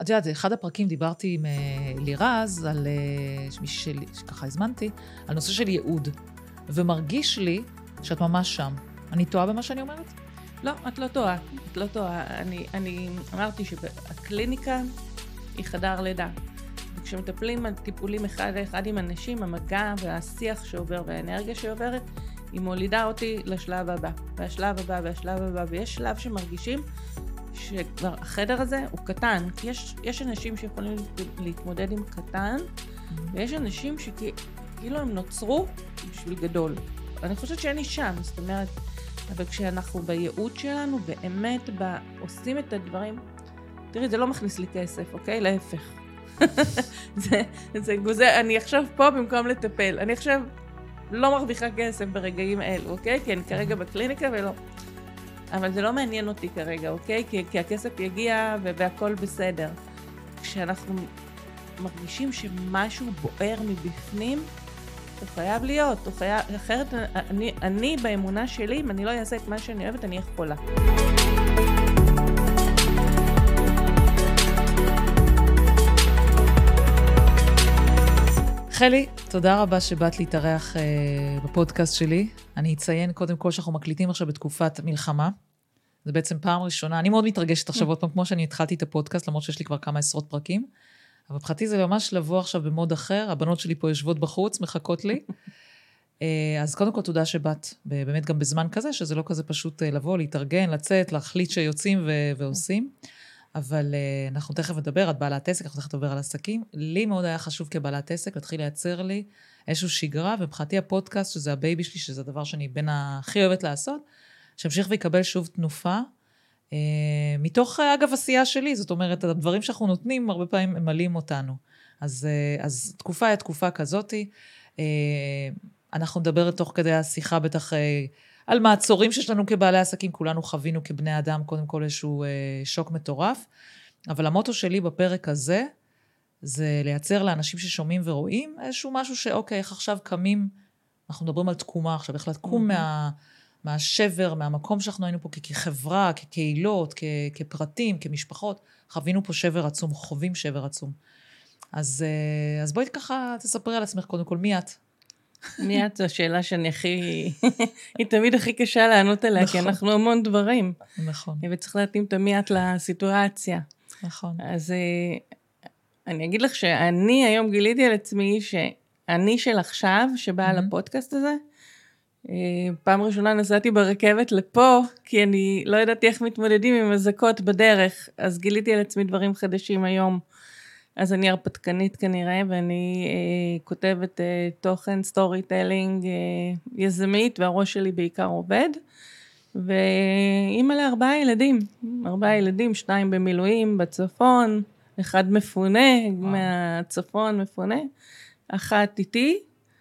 את יודעת, אחד הפרקים דיברתי עם לירז, על מישהי שככה הזמנתי, על נושא של ייעוד. ומרגיש לי שאת ממש שם. אני טועה במה שאני אומרת? לא, את לא טועה. את לא טועה. אני אמרתי שהקליניקה היא חדר לידה. וכשמטפלים על טיפולים אחד לאחד עם אנשים, המגע והשיח שעובר והאנרגיה שעוברת, היא מולידה אותי לשלב הבא. והשלב הבא והשלב הבא. ויש שלב שמרגישים שכבר החדר הזה הוא קטן. כי יש אנשים שיכולים להתמודד עם קטן, ויש אנשים שכאילו הם נוצרו בשביל גדול. אני חושבת שאני שם, זאת אומרת, אבל כשאנחנו בייעוד שלנו, באמת עושים את הדברים, תראי, זה לא מכניס לי כסף, אוקיי? להפך. זה גוזר, אני עכשיו פה במקום לטפל. אני עכשיו לא מרוויחה כסף ברגעים אלו, אוקיי? כי אני כרגע בקליניקה ולא. אבל זה לא מעניין אותי כרגע, אוקיי? כי הכסף יגיע והכל בסדר. כשאנחנו מרגישים שמשהו בוער מבפנים, הוא חייב להיות, אחרת אני באמונה שלי, אם אני לא אעשה את מה שאני אוהבת, אני יכולה. חלי, תודה רבה שבאת להתארח בפודקאסט שלי. אני אציין קודם כל שאנחנו מקליטים עכשיו בתקופת מלחמה. זה בעצם פעם ראשונה. אני מאוד מתרגשת עכשיו עוד פעם, כמו שאני התחלתי את הפודקאסט, למרות שיש לי כבר כמה עשרות פרקים. אבל מבחינתי זה ממש לבוא עכשיו במוד אחר. הבנות שלי פה יושבות בחוץ, מחכות לי. אז קודם כל תודה שבאת, באמת גם בזמן כזה, שזה לא כזה פשוט לבוא, להתארגן, לצאת, להחליט שיוצאים ועושים. אבל אנחנו תכף נדבר, את בעלת עסק, אנחנו תכף נדבר על עסקים. לי מאוד היה חשוב כבעלת עסק, להתחיל לייצר לי איזשהו שגרה, ומבחינתי הפודקאסט, שזה הבייבי שלי, שזה הדבר שאני בין הכי אוהבת לעשות, שהמשיך ויקבל שוב תנופה, מתוך, אגב, עשייה שלי, זאת אומרת, הדברים שאנחנו נותנים, הרבה פעמים ממלאים אותנו. אז תקופה היא תקופה כזאתי, אנחנו נדבר תוך כדי השיחה בטח על מעצורים שיש לנו כבעלי עסקים, כולנו חווינו כבני אדם, קודם כל איזשהו שוק מטורף, אבל המוטו שלי בפרק הזה, זה לייצר לאנשים ששומעים ורואים איזשהו משהו שאוקיי, איך עכשיו קמים, אנחנו מדברים על תקומה עכשיו, איך לתקום מהשבר, מהמקום שאנחנו היינו פה כחברה, כקהילות, כפרטים, כמשפחות, חווינו פה שבר עצום, חווים שבר עצום. אז בואי ככה תספרי על עצמך קודם כל, מי את? מי את? זו השאלה שאני היא תמיד הכי קשה לענות עליה, כי אנחנו המון דברים. נכון. וצריך להתאים את מי את לסיטואציה. נכון. אז אני אגיד לך שאני היום גיליתי על עצמי שאני של עכשיו, שבאה לפודקאסט הזה, פעם ראשונה נסעתי ברכבת לפה, כי אני לא ידעתי איך מתמודדים עם הזקות בדרך, אז גיליתי על עצמי דברים חדשים היום. אז אני הרפתקנית כנראה, ואני כותבת תוכן, סטורי טלינג, יזמית, והראש שלי בעיקר עובד. ואימא ל4 ילדים, 4 ילדים, 2 במילואים בצפון, 1 מפונה, מהצפון מפונה, 1 איתי,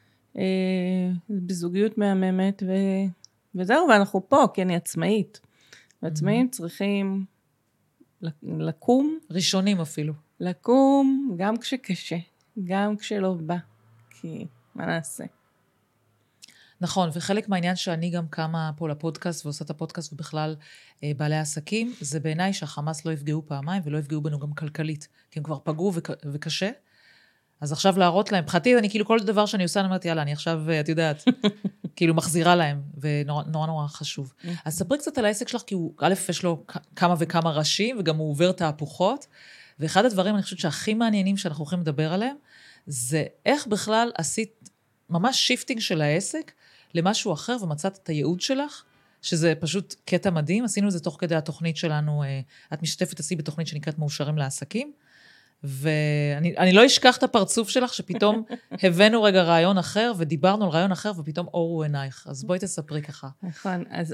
בזוגיות מהממת, וזהו, ואנחנו פה, כי אני עצמאית. ועצמאים צריכים לקום. ראשונים אפילו. לקום גם כשקשה, גם כשלא בא, כי מה נעשה? נכון, וחלק מהעניין שאני גם קמה פה לפודקאסט ועושה את הפודקאסט ובכלל בעלי עסקים, זה בעיניי שהחמאס לא יפגעו פעמיים ולא יפגעו בנו גם כלכלית, כי הם כבר פגעו וקשה, אז עכשיו להראות להם, מבחינתי אני כאילו כל דבר שאני עושה, אני אומרת יאללה, אני עכשיו, את יודעת, כאילו מחזירה להם, ונורא נורא חשוב. אז ספרי קצת על העסק שלך, כי הוא, א', יש לו כמה וכמה ראשים, וגם הוא עובר תהפוכות, ואחד הדברים, אני חושבת שהכי מעניינים שאנחנו יכולים לדבר עליהם, זה איך בכלל עשית ממש שיפטינג של העסק למשהו אחר, ומצאת את הייעוד שלך, שזה פשוט קטע מדהים. עשינו את זה תוך כדי התוכנית שלנו, את משתתפת עשי בתוכנית שנקראת מאושרים לעסקים, ואני לא אשכח את הפרצוף שלך, שפתאום הבאנו רגע רעיון אחר, ודיברנו על רעיון אחר, ופתאום אורו עינייך. אז בואי תספרי ככה. נכון, אז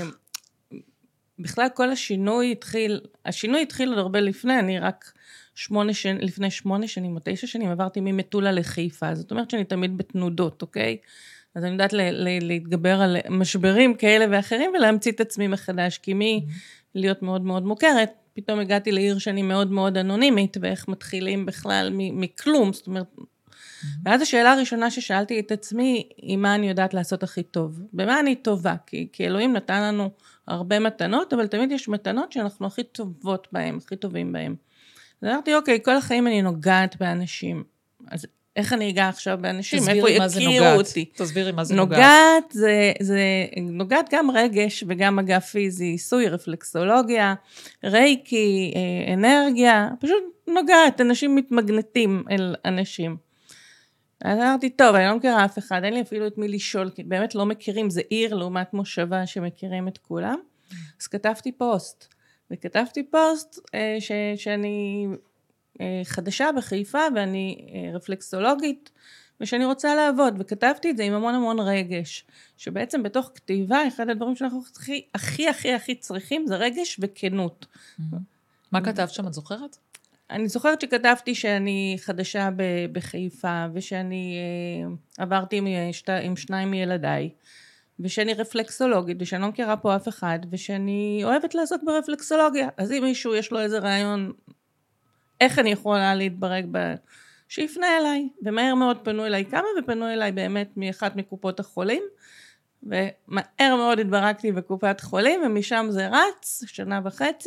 בכלל כל השינוי התחיל עוד הרבה לפני, אני רק לפני 8 שנים או 9 שנים עברתי ממטולה לחיפה, זאת אומרת שאני תמיד בתנודות, אוקיי? אז אני יודעת להתגבר על משברים כאלה ואחרים, ולהמציא את עצמי מחדש, כי להיות מאוד מאוד מוכרת, פתאום הגעתי לעיר שאני מאוד מאוד אנונימית, ואיך מתחילים בכלל מכלום, זאת אומרת, ואז השאלה הראשונה ששאלתי את עצמי, היא מה אני יודעת לעשות הכי טוב, במה אני טובה, כי אלוהים נתן לנו הרבה מתנות, אבל תמיד יש מתנות שאנחנו הכי טובות בהן, הכי טובים בהן. אז אמרתי, אוקיי, כל החיים אני נוגעת באנשים. אז איך אני אגע עכשיו באנשים? תסבירי מה זה נוגעת. תסבירי מה זה נוגעת. נוגעת, זה נוגעת גם רגש וגם מגע פיזי, עיסוי, רפלקסולוגיה, רייקי, אנרגיה, פשוט נוגעת, אנשים מתמגנטים אל אנשים. אז אמרתי, טוב, אני לא מכירה אף אחד, אין לי אפילו את מי לשאול, כי באמת לא מכירים, זה עיר לעומת מושבה שמכירים את כולם. אז כתבתי פוסט, וכתבתי פוסט שאני חדשה בחיפה, ואני רפלקסולוגית, ושאני רוצה לעבוד, וכתבתי את זה עם המון המון רגש, שבעצם בתוך כתיבה, אחד הדברים שאנחנו הכי צריכים, זה רגש וכנות. מה כתבת שם, את זוכרת? אני זוכרת שכתבתי שאני חדשה בחיפה, ושאני עברתי עם 2 מילדיי, ושאני רפלקסולוגית, ושאני לא מכירה פה אף אחד, ושאני אוהבת לעסוק ברפלקסולוגיה. אז אם מישהו יש לו איזה רעיון, איך אני יכולה להתברג שיפנה אליי. ומהר מאוד פנו אליי כמה, ופנו אליי באמת מאחת מקופות החולים, ומהר מאוד התברקתי בקופת חולים, ומשם זה רץ, 1.5 שנה,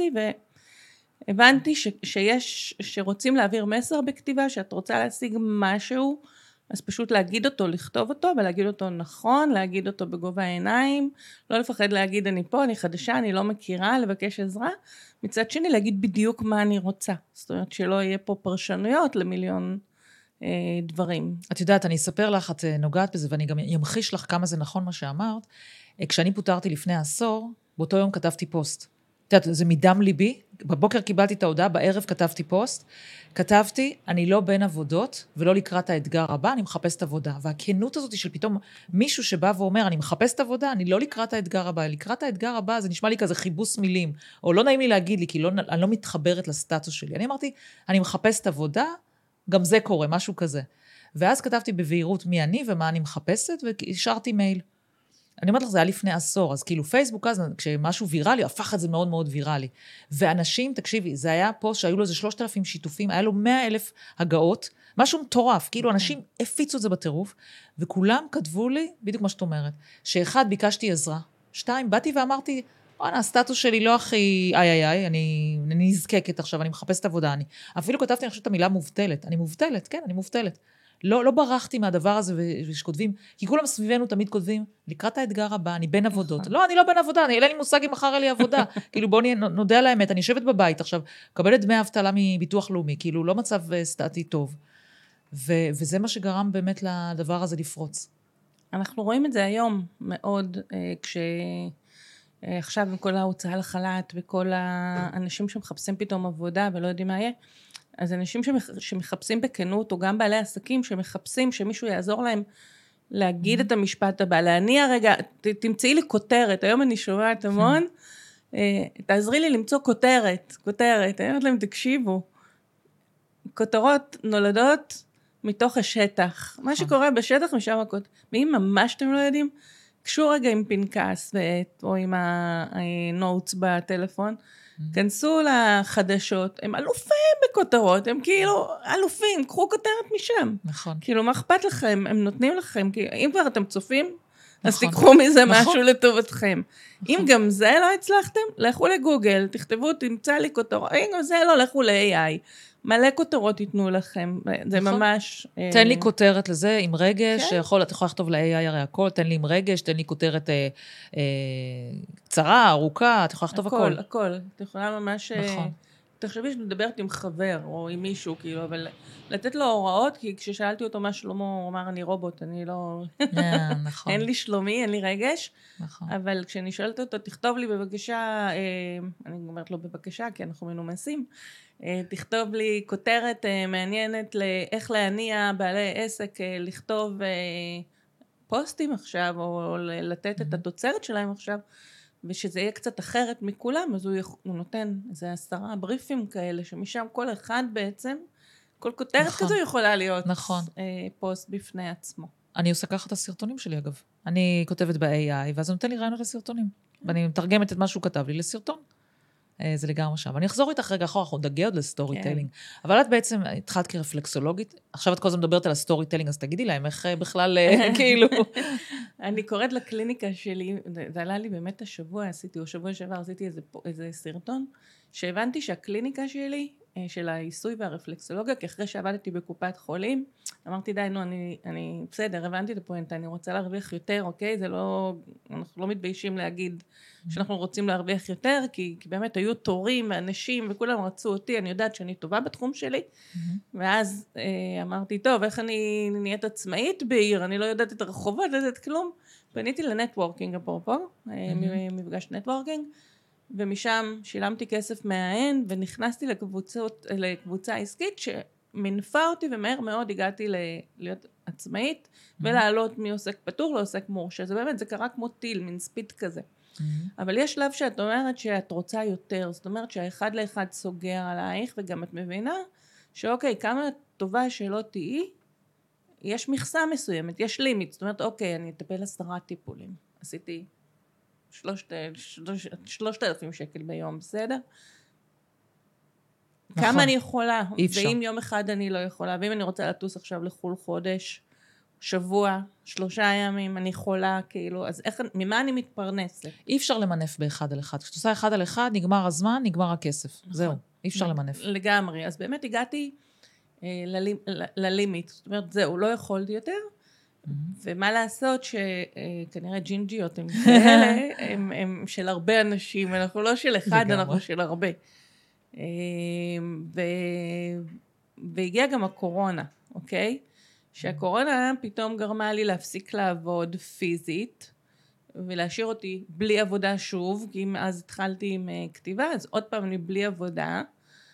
והבנתי שרוצים להעביר מסר בכתיבה, שאת רוצה להשיג משהו, אז פשוט להגיד אותו, לכתוב אותו, ולהגיד אותו נכון, להגיד אותו בגובה העיניים, לא לפחד להגיד אני פה, אני חדשה, אני לא מכירה, לבקש עזרה, מצד שני להגיד בדיוק מה אני רוצה, זאת אומרת שלא יהיה פה פרשנויות למיליון דברים. את יודעת, אני אספר לך, את נוגעת בזה, ואני גם ימחיש לך כמה זה נכון מה שאמרת, כשאני פוטרתי לפני עשור, באותו יום כתבתי פוסט. את יודעת, זה מדם ליבי, בבוקר קיבלתי את ההודעה, בערב כתבתי פוסט, כתבתי, אני לא בין עבודות, ולא לקראת האתגר הבא, אני מחפשת עבודה. והכנות הזאת של פתאום מישהו שבא ואומר, אני מחפשת עבודה, אני לא לקראת האתגר הבא, לקראת האתגר הבא, זה נשמע לי כזה חיבוס מילים, או לא נעים לי להגיד לי, כי אני לא מתחברת לסטטוס שלי. אני אמרתי, אני מחפשת עבודה, גם זה קורה, משהו כזה. ואז כתבתי בבהירות מי אני ומה אני מחפשת, והשארתי מייל. אני אומרת לך, זה היה לפני עשור, אז כאילו פייסבוק אז, כשמשהו ויראלי, הפך את זה מאוד מאוד ויראלי. ואנשים, תקשיבי, זה היה פוסט שהיו לו איזה 3,000 שיתופים, היה לו 100,000 הגעות, משהו מטורף, כאילו אנשים הפיצו את זה בטירוף, וכולם כתבו לי, בדיוק מה שאת אומרת, שאחד, ביקשתי עזרה, 2, באתי ואמרתי, הסטטוס שלי לא הכי, אני נזקקת עכשיו, אני מחפשת עבודה, אפילו כתבתי, אני חושבת את המילה מובטלת, אני מובטלת, כן, אני מובטלת. לא ברחתי מהדבר הזה ושכותבים, כי כולם סביבנו תמיד כותבים, לקראת האתגר הבא, אני בין עבודות. לא, אני לא בין עבודה, אין לי מושג אם מחר אין לי עבודה. כאילו בואו נודה על האמת, אני יושבת בבית עכשיו, קבלת דמי אבטלה מביטוח לאומי, כאילו לא מצב סטטי טוב. וזה מה שגרם באמת לדבר הזה לפרוץ. אנחנו רואים את זה היום מאוד, עכשיו עם כל ההוצאה לחל"ת, וכל האנשים שמחפשים פתאום עבודה ולא יודעים מה יהיה, אז אנשים שמחפשים בכנות, או גם בעלי עסקים שמחפשים שמישהו יעזור להם להגיד את המשפט הבא, להניע רגע, תמצאי לי כותרת, היום אני שומעת המון, תעזרי לי למצוא כותרת, אני אומרת להם, תקשיבו, כותרות נולדות מתוך השטח, מה שקורה בשטח משם הכותרת, ואם ממש אתם לא יודעים, קשו רגע עם פנקס או עם הנוטס בטלפון, כנסו לחדשות, הם אלופים בכותרות, הם כאילו אלופים, קחו כותרת משם. נכון. כאילו, מה אכפת לכם? הם נותנים לכם, כי אם כבר אתם צופים, אז תיקחו מזה משהו לטובתכם. אם גם זה לא הצלחתם, לכו לגוגל, תכתבו, תמצא לי כותרות, אם גם זה לא, לכו ל-AI. מלא כותרות ייתנו לכם, זה ממש... תן לי כותרת לזה עם רגש, את יכולה לכתוב ל-AI הרי הכל, תן לי עם רגש, תן לי כותרת קצרה, ארוכה, את יכולה לכתוב הכל. הכל, את יכולה ממש... תחשבי שאת מדברת עם חבר או עם מישהו, כאילו, אבל לתת לו הוראות, כי כששאלתי אותו מה שלמה, הוא אמר, אני רובוט, אני לא... נכון. אין לי שלומי, אין לי רגש, נכון. אבל כשאני שואלת אותו, תכתוב לי בבקשה, אני אומרת לו בבקשה, כי אנחנו מנומסים, תכתוב לי כותרת מעניינת לאיך להניע בעלי עסק, לכתוב פוסטים עכשיו, או לתת את התוצרת שלהם עכשיו, ושזה יהיה קצת אחרת מכולם, אז הוא נותן איזה 10 בריפים כאלה, שמשם כל אחד בעצם, כל כותרת כזו יכולה להיות פוסט בפני עצמו. אני עושה ככה את הסרטונים שלי אגב. אני כותבת ב-AI, ואז הוא נותן לי רעיונות לסרטונים. ואני מתרגמת את מה שהוא כתב לי לסרטון. זה לגמרי שם. אני אחזור איתך רגע אחורה, אנחנו נדגע עוד לסטורי טיילינג. אבל את בעצם התחלת כרפלקסולוגית, עכשיו את כל הזמן מדברת על הסטורי טיילינג, אז תגידי להם איך בכלל כאילו... אני קוראת לקליניקה שלי, זה עלה לי באמת השבוע, או שבוע שעבר עשיתי איזה סרטון, שהבנתי שהקליניקה שלי של העיסוי והרפלקסולוגיה, כי אחרי שעבדתי בקופת חולים, אמרתי די, נו, אני בסדר, הבנתי את הפואנטה, אני רוצה להרוויח יותר, אוקיי? זה לא, אנחנו לא מתביישים להגיד שאנחנו רוצים להרוויח יותר, כי באמת היו תורים ואנשים וכולם רצו אותי, אני יודעת שאני טובה בתחום שלי, ואז אמרתי, טוב, איך אני נהיית עצמאית בעיר, אני לא יודעת את הרחובות, לא יודעת כלום, פניתי לנטוורקינג אפרופו, מפגש נטוורקינג, ומשם שילמתי כסף מההן, ונכנסתי לקבוצה עסקית שמנפה אותי, ומהר מאוד הגעתי להיות עצמאית, ולעלות מעוסק פטור לעוסק מורשה. זה באמת, זה קרה כמו טיל, מין ספיט כזה. אבל יש שלב שאת אומרת שאת רוצה יותר, זאת אומרת שהאחד לאחד סוגר עלייך, וגם את מבינה שאוקיי, כמה טובה שלא תהיי, יש מכסה מסוימת, יש לימיט, זאת אומרת, אוקיי, אני אטפל 10 טיפולים. עשיתי 3,000 שקל ביום, בסדר? נכון. כמה אני יכולה? ואם יום אחד אני לא יכולה, ואם אני רוצה לטוס עכשיו לחול חודש, שבוע, 3 ימים, אני יכולה, כאילו, אז איך, ממה אני מתפרנסת? אי אפשר למנף באחד על אחד. כשאת עושה אחד על אחד, נגמר הזמן, נגמר הכסף. נכון. זהו, אי אפשר למנף. לגמרי. אז באמת הגעתי ללימיט. זאת אומרת, זהו, לא יכולתי יותר, ומה לעשות שכנראה ג'ינג'יות הם כאלה, הם של הרבה אנשים, אנחנו לא של אחד, אנחנו של הרבה. והגיעה גם הקורונה, אוקיי? שהקורונה פתאום גרמה לי להפסיק לעבוד פיזית, ולהשאיר אותי בלי עבודה שוב, כי אז התחלתי עם כתיבה, אז עוד פעם אני בלי עבודה,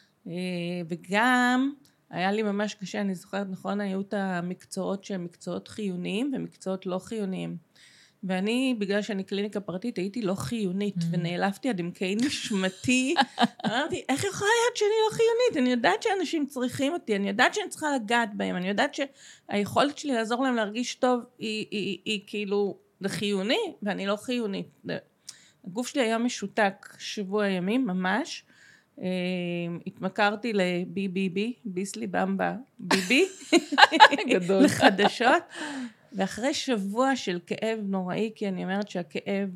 וגם היה לי ממש קשה, אני זוכרת נכון, היו את המקצועות שהם מקצועות חיוניים ומקצועות לא חיוניים. ואני, בגלל שאני קליניקה פרטית, הייתי לא חיונית, ונעלפתי עד עמקי נשמתי. אמרתי, איך יכולה להיות שאני לא חיונית? אני יודעת שאנשים צריכים אותי, אני יודעת שאני צריכה לגעת בהם, אני יודעת שהיכולת שלי לעזור להם להרגיש טוב, היא כאילו, זה חיוני, ואני לא חיונית. הגוף שלי היה משותק שבוע ימים, ממש. התמכרתי ל-BBB, ביסלי במבה ביבי, לחדשות, ואחרי שבוע של כאב נוראי, כי אני אומרת שהכאב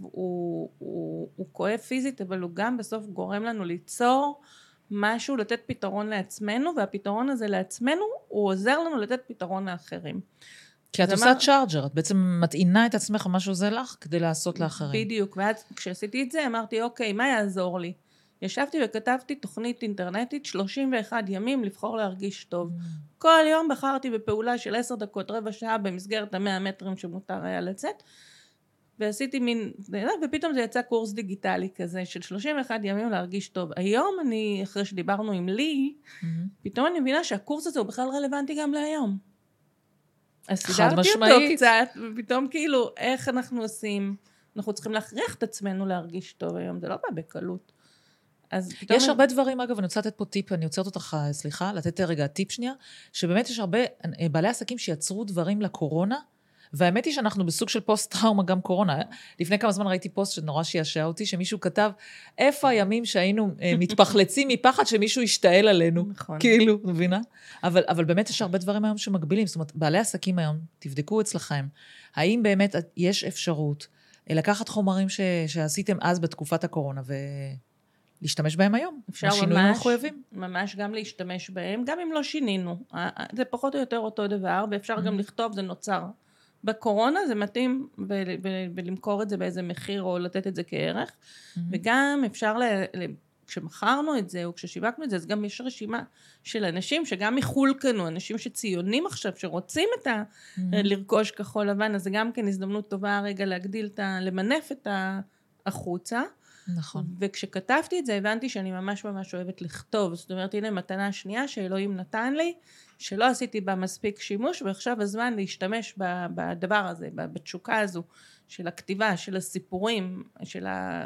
הוא כואב פיזית, אבל הוא גם בסוף גורם לנו ליצור משהו, לתת פתרון לעצמנו, והפתרון הזה לעצמנו, הוא עוזר לנו לתת פתרון לאחרים. כי את עושה צ'ארג'ר, את בעצם מטעינה את עצמך מה שעושה לך, כדי לעשות לאחרים. בדיוק, ואז כשעשיתי את זה, אמרתי, אוקיי, מה יעזור לי? ישבתי וכתבתי תוכנית אינטרנטית, 31 ימים לבחור להרגיש טוב. כל יום בחרתי בפעולה של 10 דקות, רבע שעה, במסגרת 100 מטרים שמותר היה לצאת, ועשיתי מין, ופתאום זה יצא קורס דיגיטלי כזה, של 31 ימים להרגיש טוב. היום אני, אחרי שדיברנו עם לי, פתאום אני מבינה שהקורס הזה הוא בכלל רלוונטי גם להיום. אז סידרתי אותו קצת, ופתאום כאילו, איך אנחנו עושים, אנחנו צריכים להכריח את עצמנו להרגיש טוב היום, זה לא בא בקלות. יש הרבה דברים, אגב, אני רוצה לתת פה טיפ, אני יוצרת אותך, סליחה, לתת רגע טיפ שנייה, שבאמת יש הרבה בעלי עסקים שיצרו דברים לקורונה, והאמת היא שאנחנו בסוג של פוסט-טראומה גם קורונה. לפני כמה זמן ראיתי פוסט שנורא שישע אותי, שמישהו כתב, איפה הימים שהיינו מתפחלצים מפחד שמישהו ישתעל עלינו. נכון. כאילו, מבינה? אבל באמת יש הרבה דברים היום שמגבילים, זאת אומרת, בעלי עסקים היום, תבדקו אצלכם, האם באמת יש אפשרות לקחת חומרים שעשיתם אז בתקופת הקורונה להשתמש בהם היום. אפשר ממש גם להשתמש בהם, גם אם לא שינינו. זה פחות או יותר אותו דבר, ואפשר גם לכתוב, זה נוצר. בקורונה זה מתאים, ולמכור את זה באיזה מחיר, או לתת את זה כערך. וגם אפשר, כשמכרנו את זה, או כששיווקנו את זה, אז גם יש רשימה של אנשים, שגם מחול קנו, אנשים שציונים עכשיו, שרוצים לרכוש כחול לבן, אז זה גם כן הזדמנות טובה רגע להגדיל, למנף את החוצה. נכון. וכשכתבתי את זה, הבנתי שאני ממש ממש אוהבת לכתוב. זאת אומרת, הנה מתנה שנייה שאלוהים נתן לי, שלא עשיתי בה מספיק שימוש, ועכשיו הזמן להשתמש בדבר הזה, בתשוקה הזו, של הכתיבה, של הסיפורים, של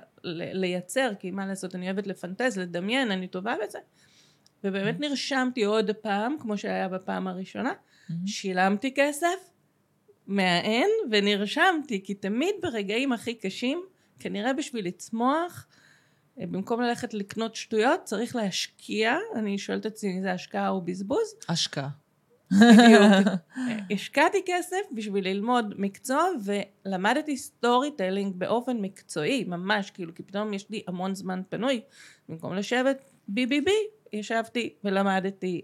לייצר, כי מה לעשות, אני אוהבת לפנטז, לדמיין, אני טובה בזה. ובאמת נרשמתי עוד פעם, כמו שהיה בפעם הראשונה, שילמתי כסף מהאין, ונרשמתי, כי תמיד ברגעים הכי קשים, כנראה בשביל לצמוח, במקום ללכת לקנות שטויות, צריך להשקיע. אני שואלת את עצמי, זה השקעה או בזבוז? השקעה. בדיוק. השקעתי כסף בשביל ללמוד מקצוע, ולמדתי סטורי טיילינג באופן מקצועי, ממש, כאילו, כי פתאום יש לי המון זמן פנוי, במקום לשבת BBB, ישבתי ולמדתי,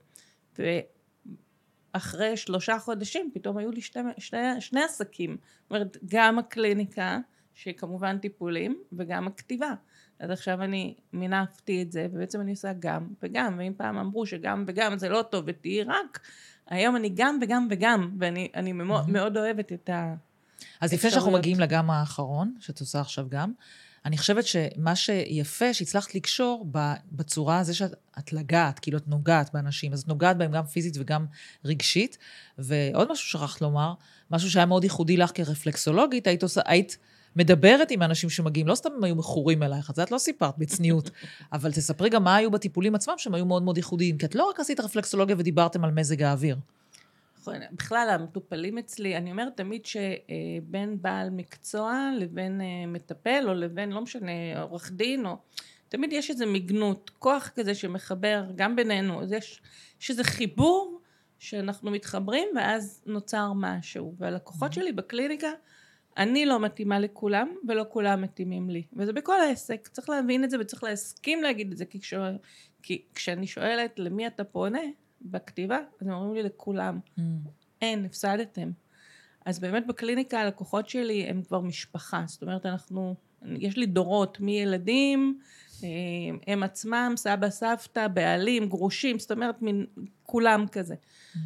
ואחרי 3 חודשים פתאום היו לי שני עסקים. זאת אומרת, גם הקליניקה, שכמובן טיפולים, וגם הכתיבה. אז עכשיו אני מינפתי את זה, ובעצם אני עושה גם וגם, ואם פעם אמרו שגם וגם זה לא טוב ותהי רק, היום אני גם וגם וגם, ואני מאוד אוהבת את ה... אז לפני שאנחנו מגיעים לגם האחרון, שאת עושה עכשיו גם, אני חושבת שמה שיפה, שהצלחת לקשור בצורה הזה שאת לגעת, כאילו את נוגעת באנשים, אז את נוגעת בהם גם פיזית וגם רגשית, ועוד משהו שכחת לומר, משהו שהיה מאוד ייחודי לך כרפלקסולוגית, היית מדברת עם האנשים שמגיעים, לא סתם הם היו מכורים אלייך, את לא סיפרת בצניעות, אבל תספרי גם מה היו בטיפולים עצמם, שהם היו מאוד מאוד ייחודיים, כי את לא רק עשית רפלקסולוגיה ודיברתם על מזג האוויר. בכלל, המטופלים אצלי, אני אומרת תמיד שבין בעל מקצוע לבין מטפל, או לבין, לא משנה, עורך דין, או... תמיד יש איזו מגנות, כוח כזה שמחבר גם בינינו, אז יש איזה חיבור שאנחנו מתחברים, ואז נוצר משהו. והלקוחות שלי בקליניקה, אני לא מתאימה לכולם, ולא כולם מתאימים לי. וזה בכל העסק, צריך להבין את זה, וצריך להסכים להגיד את זה, כי כשאני שואלת למי אתה פונה, בכתיבה, אז הם אומרים לי לכולם, אין, הפסדתם. אז באמת בקליניקה הלקוחות שלי הם כבר משפחה, זאת אומרת יש לי דורות מילדים, הם עצמם, סבא, סבתא, בעלים, גרושים, זאת אומרת כולם כזה.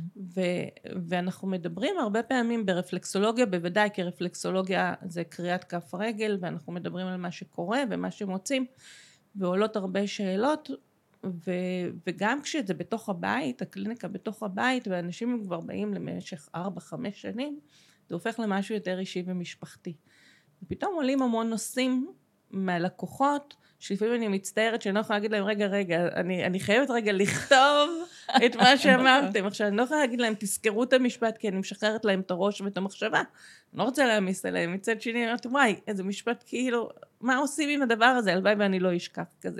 ואנחנו מדברים הרבה פעמים ברפלקסולוגיה, בוודאי כי רפלקסולוגיה זה קריאת כף רגל, ואנחנו מדברים על מה שקורה ומה שמוצאים, ועולות הרבה שאלות, וגם כשזה בתוך הבית, הקליניקה בתוך הבית, ואנשים כבר באים למשך 4-5 שנים, זה הופך למשהו יותר אישי ומשפחתי. ופתאום עולים המון נושאים מהלקוחות, שלפעמים אני מצטערת שאני לא יכולה להגיד להם, רגע, אני חייבת רגע לכתוב את מה שאמרתם. עכשיו, אני לא יכולה להגיד להם, תזכרו את המשפט, כי אני משחררת להם את הראש ואת המחשבה. אני לא רוצה להעמיס עליהם. מצד שני, אני אומרת, וואי, איזה משפט כאילו, מה עושים עם הדבר הזה? הלוואי ואני לא אשכח כזה.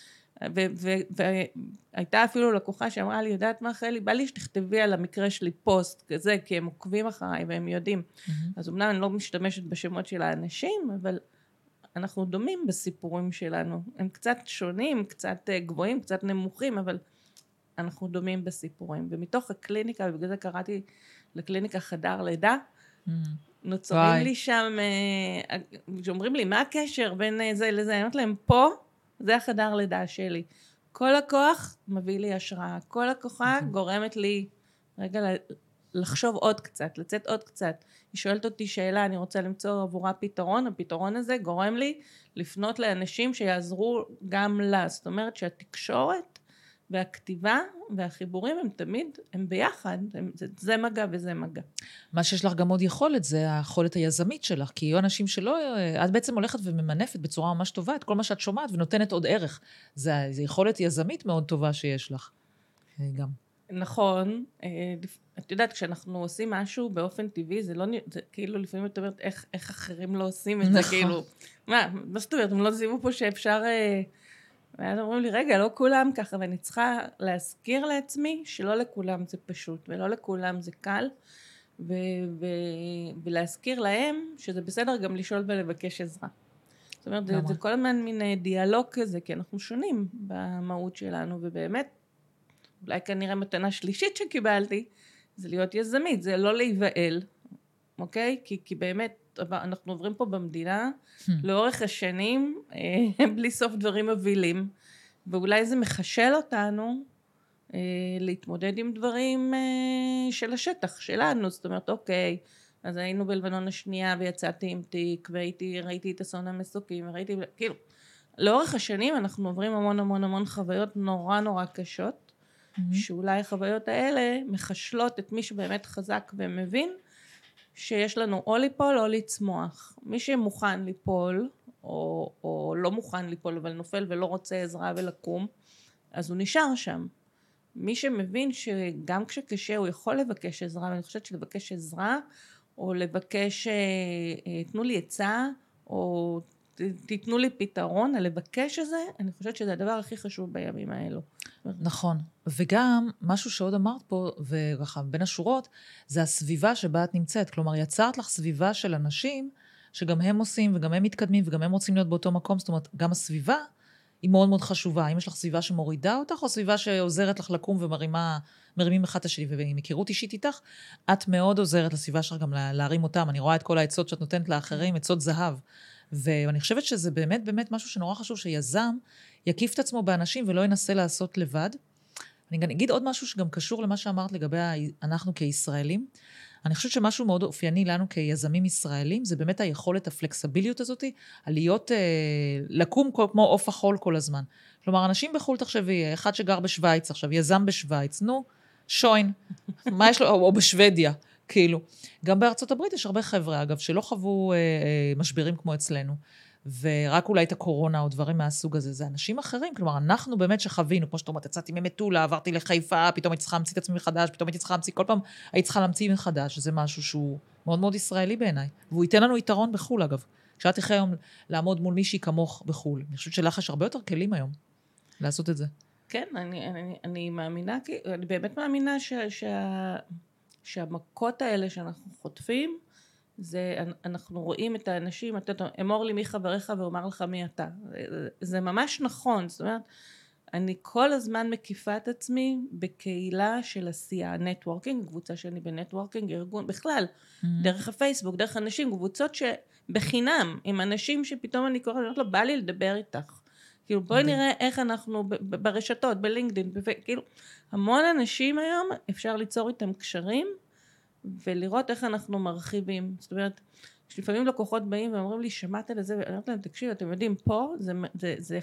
והייתה אפילו לקוחה שאמרה לי, יודעת מה חלי, בא לי שתכתבי על המקרה שלי פוסט כזה, כי הם עוקבים אחריי והם יודעים. אז אמנם אני לא משתמשת בשמות של האנשים, אבל אנחנו דומים בסיפורים שלנו. הם קצת שונים, קצת גבוהים, קצת נמוכים, אבל אנחנו דומים בסיפורים. ומתוך הקליניקה, ובגלל זה קראתי לקליניקה חדר לידה, נוצרים לי שם, שאומרים לי, מה הקשר בין זה לזה? אני אומרת להם, פה, זה החדר לידה שלי. כל הכוח מביא לי השראה. כל הכוחה גורמת לי, רגע, לחשוב עוד קצת, לצאת עוד קצת. היא שואלת אותי שאלה, אני רוצה למצוא עבורה פתרון, הפתרון הזה גורם לי לפנות לאנשים שיעזרו גם לה. זאת אומרת שהתקשורת והכתיבה והחיבורים הם תמיד, הם ביחד, זה מגע וזה מגע. מה שיש לך גם עוד יכולת, זה היכולת היזמית שלך, כי יהיו אנשים שלא, את בעצם הולכת וממנפת בצורה ממש טובה את כל מה שאת שומעת ונותנת עוד ערך. זה יכולת יזמית מאוד טובה שיש לך. גם. נכון, את יודעת, כשאנחנו עושים משהו באופן טבעי, זה לא, זה כאילו לפעמים את אומרת, איך אחרים לא עושים את זה, כאילו, מה זאת אומרת, הם לא זימו פה שאפשר, ואז אומרים לי, רגע, לא כולם ככה, ואני צריכה להזכיר לעצמי שלא לכולם זה פשוט, ולא לכולם זה קל, ולהזכיר להם שזה בסדר גם לשאול ולבקש עזרה. זאת אומרת, זה כל הזמן מין דיאלוג כזה, כי אנחנו שונים במהות שלנו, ובאמת, אולי כנראה מתנה שלישית שקיבלתי, זה להיות יזמית, זה לא להיבעל, אוקיי? כי באמת, אנחנו עוברים פה במדינה, לאורך השנים, בלי סוף דברים מובילים, ואולי זה מחשל אותנו, להתמודד עם דברים של השטח, שלנו, זאת אומרת, אוקיי, אז היינו בלבנון השנייה, ויצאתי עם תיק, ראיתי את אסון המסוקים, כאילו, לאורך השנים אנחנו עוברים המון חוויות נורא קשות, שאולי החוויות האלה מחשלות את מי שבאמת חזק ומבין שיש לנו או ליפול או לצמוח. מי שמוכן ליפול או לא מוכן ליפול אבל נופל ולא רוצה עזרה ולקום, אז הוא נשאר שם. מי שמבין שגם כשקשה הוא יכול לבקש עזרה, ואני חושבת שלבקש עזרה או לבקש תנו לי עצה או תיתנו לי פתרון, לבקש את זה, אני חושבת שזה הדבר הכי חשוב בימים האלו. נכון, וגם משהו שעוד אמרת פה, וככה בין השורות, זה הסביבה שבה את נמצאת, כלומר יצרת לך סביבה של אנשים, שגם הם עושים וגם הם מתקדמים וגם הם רוצים להיות באותו מקום, זאת אומרת גם הסביבה היא מאוד מאוד חשובה. אם יש לך סביבה שמורידה אותך, או סביבה שעוזרת לך לקום ומרימים אחד את השני, ועם היכרות אישית איתך, את מאוד עוזרת לסביבה שלך גם להרים אותם. אני רואה את כל העצות שאת נותנת לאחרים, עצות זהב. ואני חושבת שזה באמת באמת משהו שנורא חשוב, שיזם יקיף את עצמו באנשים ולא ינסה לעשות לבד. אני גם אגיד עוד משהו שגם קשור למה שאמרת לגבי אנחנו כישראלים. אני חושבת שמשהו מאוד אופייני לנו כיזמים ישראלים, זה באמת היכולת, הפלקסביליות הזאת, על להיות, לקום כמו עוף החול כל הזמן. כלומר, אנשים בחו"ל, תחשבי, אחד שגר בשוויץ עכשיו, יזם בשוויץ, נו, שוין, מה יש לו, או בשוודיה, כאילו. גם בארצות הברית יש הרבה חבר'ה, אגב, שלא חוו משברים כמו אצלנו, ורק אולי את הקורונה או דברים מהסוג הזה, זה אנשים אחרים, כלומר, אנחנו באמת שחווינו, כמו שאתה אומרת, יצאתי ממטולה, עברתי לחיפה, פתאום הייתי צריכה להמציא את עצמי מחדש, פתאום הייתי צריכה להמציא, כל פעם הייתי צריכה להמציא מחדש, זה משהו שהוא מאוד מאוד ישראלי בעיניי, והוא ייתן לנו יתרון בחול, אגב. כשאת תחי היום לעמוד מול מישהי כמוך בחול, אני חושבת שלך יש הרבה יותר כלים היום לעשות את זה. כן, אני מאמינה, אני באמת מאמינה שהמכות האלה שאנחנו חוטפים, אנחנו רואים את האנשים, אמור לי מי חבריך ואומר לך מי אתה. זה ממש נכון, זאת אומרת, אני כל הזמן מקיפה את עצמי בקהילה של עשייה, נטוורקינג, קבוצה שאני בנטוורקינג, ארגון, בכלל, דרך הפייסבוק, דרך אנשים, קבוצות שבחינם, עם אנשים שפתאום אני קוראת, אני אומרת לו, בא לי לדבר איתך. כאילו, בואי נראה איך אנחנו ברשתות, בלינקדין, כאילו, המון אנשים היום אפשר ליצור איתם קשרים, ולראות איך אנחנו מרחיבים. זאת אומרת, לפעמים לקוחות באים ואומרים לי, שמעת לזה, ואני אומרת להם, תקשיב, אתם יודעים, פה זה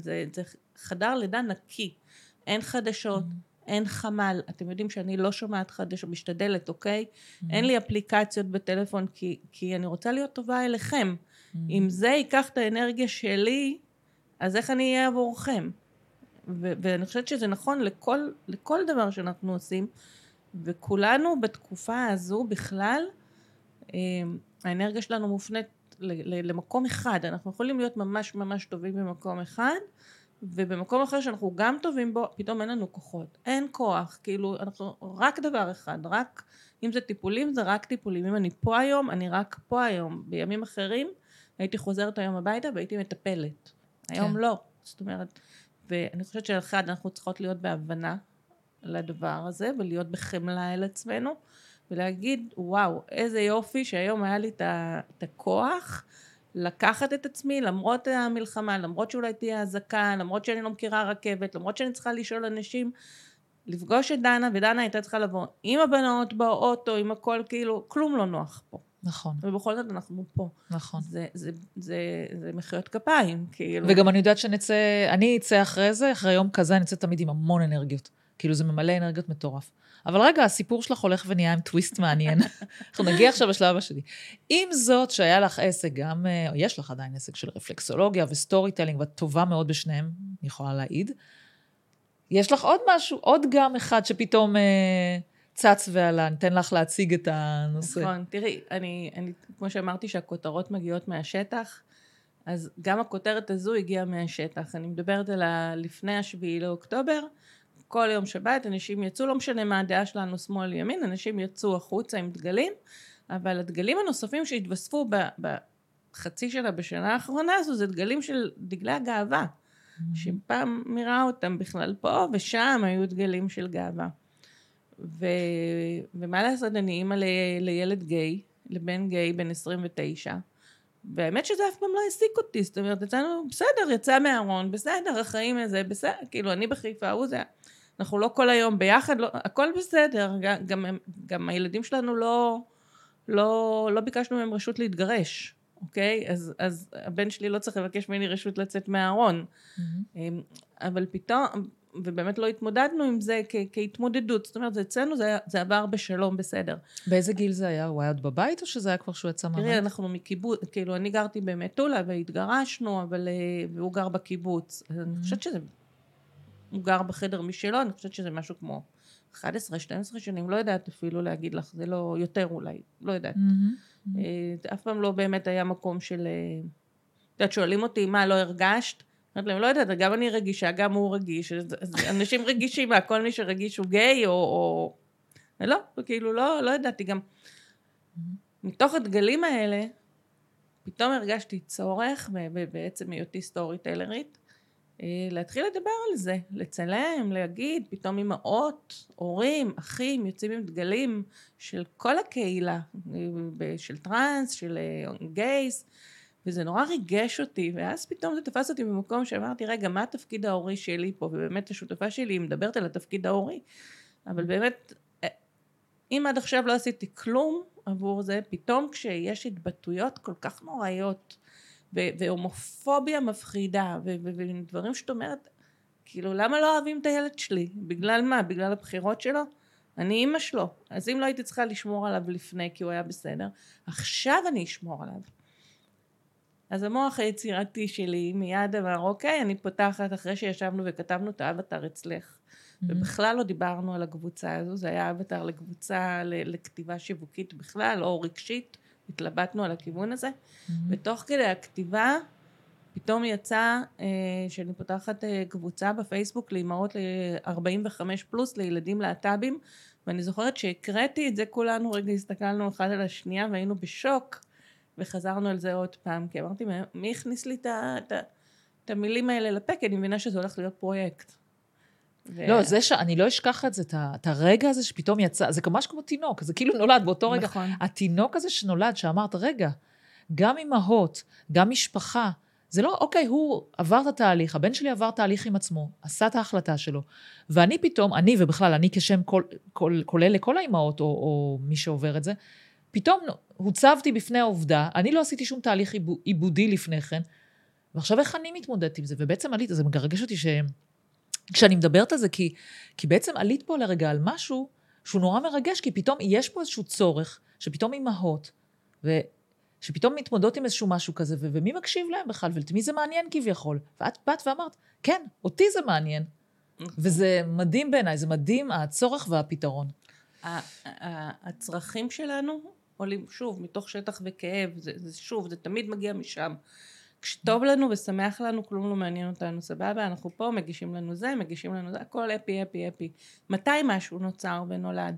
חדר לידה נקי, אין חדשות, אין חמ"ל, אתם יודעים שאני לא שומעת חדשות, משתדלת, אוקיי? אין לי אפליקציות בטלפון, כי אני רוצה להיות טובה אליכם. אם זה ייקח את האנרגיה שלי, אז איך אני אהיה עבורכם? ואני חושבת שזה נכון לכל דבר שאנחנו עושים, וכולנו בתקופה הזו בכלל, האנרגיה שלנו מופנית למקום אחד, אנחנו יכולים להיות ממש ממש טובים במקום אחד, ובמקום אחר שאנחנו גם טובים בו, פתאום אין לנו כוחות, אין כוח, כאילו אנחנו רק דבר אחד, רק אם זה טיפולים זה רק טיפולים, אם אני פה היום, אני רק פה היום, בימים אחרים הייתי חוזרת היום הביתה והייתי מטפלת, היום לא, זאת אומרת, ואני חושבת שאחד אנחנו צריכות להיות בהבנה לדבר הזה, ולהיות בחמלה אל עצמנו, ולהגיד, וואו, איזה יופי שהיום היה לי את הכוח, לקחת את עצמי, למרות המלחמה, למרות שאולי תהיה הזקה, למרות שאני לא מכירה רכבת, למרות שאני צריכה לשאול אנשים, לפגוש את דנה, ודנה הייתה צריכה לבוא עם הבנות באוטו, עם הכל, כאילו, כלום לא נוח פה. נכון. ובכל זאת אנחנו פה. נכון. זה מחיאות כפיים, כאילו. וגם אני יודעת אני אצא אחרי זה, אחרי יום כזה, אני אצא תמיד עם המון אנרגיות. כאילו זה ממלא אנרגיות מטורף. אבל רגע, הסיפור שלך הולך ונהיה עם טוויסט מעניין. אנחנו נגיע עכשיו בשלב השני. עם זאת שהיה לך עסק גם, או יש לך עדיין עסק של רפלקסולוגיה וסטורי טלינג, ואת טובה מאוד בשניהם, אני יכולה להעיד. יש לך עוד משהו, עוד גם אחד שפתאום צץ ועלה, ניתן לך להציג את הנושא. נכון, תראי, אני כמו שאמרתי שהכותרות מגיעות מהשטח, אז גם הכותרת הזו הגיעה מהשטח. אני מדברת על לפני 7 לאוקטובר, כל יום שבת אנשים יצאו, לא משנה מה הדעה שלנו שמאל ימין, אנשים יצאו החוצה עם דגלים, אבל הדגלים הנוספים שהתווספו בחצי שנה בשנה האחרונה הזו, זה דגלים של דגלי הגאווה, שפעם נראה אותם בכלל פה, ושם היו דגלים של גאווה. ומה לעשות, אני אימא לילד גיי, לבן גיי בן 29, והאמת שזה אף פעם לא העסיק אותי, זאת אומרת, יצאנו, בסדר, יצא מהארון, בסדר, החיים הזה, בסדר, כאילו אני בחיפה, הוא זה, אנחנו לא כל היום ביחד, לא, הכל בסדר, גם הילדים שלנו לא ביקשנו מהם רשות להתגרש, אוקיי? אז הבן שלי לא צריך לבקש ממני רשות לצאת מהארון, אבל פתאום, ובאמת לא התמודדנו עם זה כהתמודדות, זאת אומרת, אצלנו זה עבר בשלום, בסדר. באיזה גיל זה היה? הוא היה עוד בבית או שזה היה כבר שהוא יצא מהבית? תראי, אנחנו מקיבוץ, כאילו אני גרתי במטולה והתגרשנו, והוא גר בקיבוץ. אני חושבת שזה, הוא גר בחדר משלו, אני חושבת שזה משהו כמו 11-12 שנים, לא יודעת אפילו להגיד לך, זה לא יותר אולי, לא יודעת. אף פעם לא באמת היה מקום של, יודעת, שואלים אותי, מה, לא הרגשת? אומרת להם, לא יודעת, גם אני רגישה, גם הוא רגיש, אנשים רגישים, כל מי שרגיש הוא גיי, או... לא, כאילו, לא ידעתי גם. מתוך הדגלים האלה, פתאום הרגשתי צורך, בעצם היותי סטורי טיילרית, להתחיל לדבר על זה, לצלם, להגיד, פתאום אמהות, הורים, אחים, יוצאים עם דגלים של כל הקהילה, של טרנס, של גייס, וזה נורא ריגש אותי, ואז פתאום זה תפס אותי במקום שאמרתי, רגע, מה התפקיד ההורי שלי פה? ובאמת השותפה שלי מדברת על התפקיד ההורי, אבל באמת, אם עד עכשיו לא עשיתי כלום עבור זה, פתאום כשיש התבטאויות כל כך נוראיות, והומופוביה מפחידה, ודברים שאת אומרת, כאילו, למה לא אוהבים את הילד שלי? בגלל מה? בגלל הבחירות שלו? אני אימא שלו. אז אם לא הייתי צריכה לשמור עליו לפני, כי הוא היה בסדר, עכשיו אני אשמור עליו. אז המוח היצירתי שלי מיד אמר, אוקיי, אני פותחת אחרי שישבנו וכתבנו את האבטר אצלך. ובכלל לא דיברנו על הקבוצה הזו, זה היה אבטר לקבוצה, לכתיבה שיווקית בכלל, או רגשית, התלבטנו על הכיוון הזה, ותוך כדי הכתיבה, פתאום יצא שאני פותחת קבוצה בפייסבוק לאמהות ל-45 פלוס, לילדים להט"בים, ואני זוכרת שהקראתי את זה, כולנו רגע הסתכלנו אחד על השנייה, והיינו בשוק, וחזרנו על זה עוד פעם, כי אמרתי, מי הכניס לי את המילים האלה לפה, כי אני מבינה שזה הולך להיות פרויקט. לא, אני לא אשכח את זה, את הרגע הזה שפתאום יצא, זה ממש כמו תינוק, זה כאילו נולד באותו רגע. נכון. התינוק הזה שנולד, שאמרת, רגע, גם אמהות, גם משפחה, זה לא, אוקיי, הוא עבר את התהליך, הבן שלי עבר תהליך עם עצמו, עשה את ההחלטה שלו, ואני פתאום, אני ובכלל, אני כשם כולל לכל האמהות, או מי שעובר את זה, פתאום הוצבתי בפני העובדה, אני לא עשיתי שום תהליך עיבודי לפני כן, ועכשיו איך אני מתמודדת עם זה, ובעצם עלית, זה מגרגש אותי כשאני מדברת על זה, כי בעצם עלית פה לרגע על משהו שהוא נורא מרגש, כי פתאום יש פה איזשהו צורך, שפתאום אימהות, שפתאום מתמודדות עם איזשהו משהו כזה, ומי מקשיב להם בכלל, ולמי זה מעניין כביכול. ואת באת ואמרת, כן, אותי זה מעניין. וזה מדהים בעיניי, זה מדהים הצורך והפתרון. הצרכים שלנו עולים שוב מתוך שטח וכאב, זה תמיד מגיע משם. כשטוב לנו ושמח לנו, כלום לא מעניין אותנו, סבבה, אנחנו פה, מגישים לנו זה, הכל אפי, אפי, אפי. מתי משהו נוצר ונולד?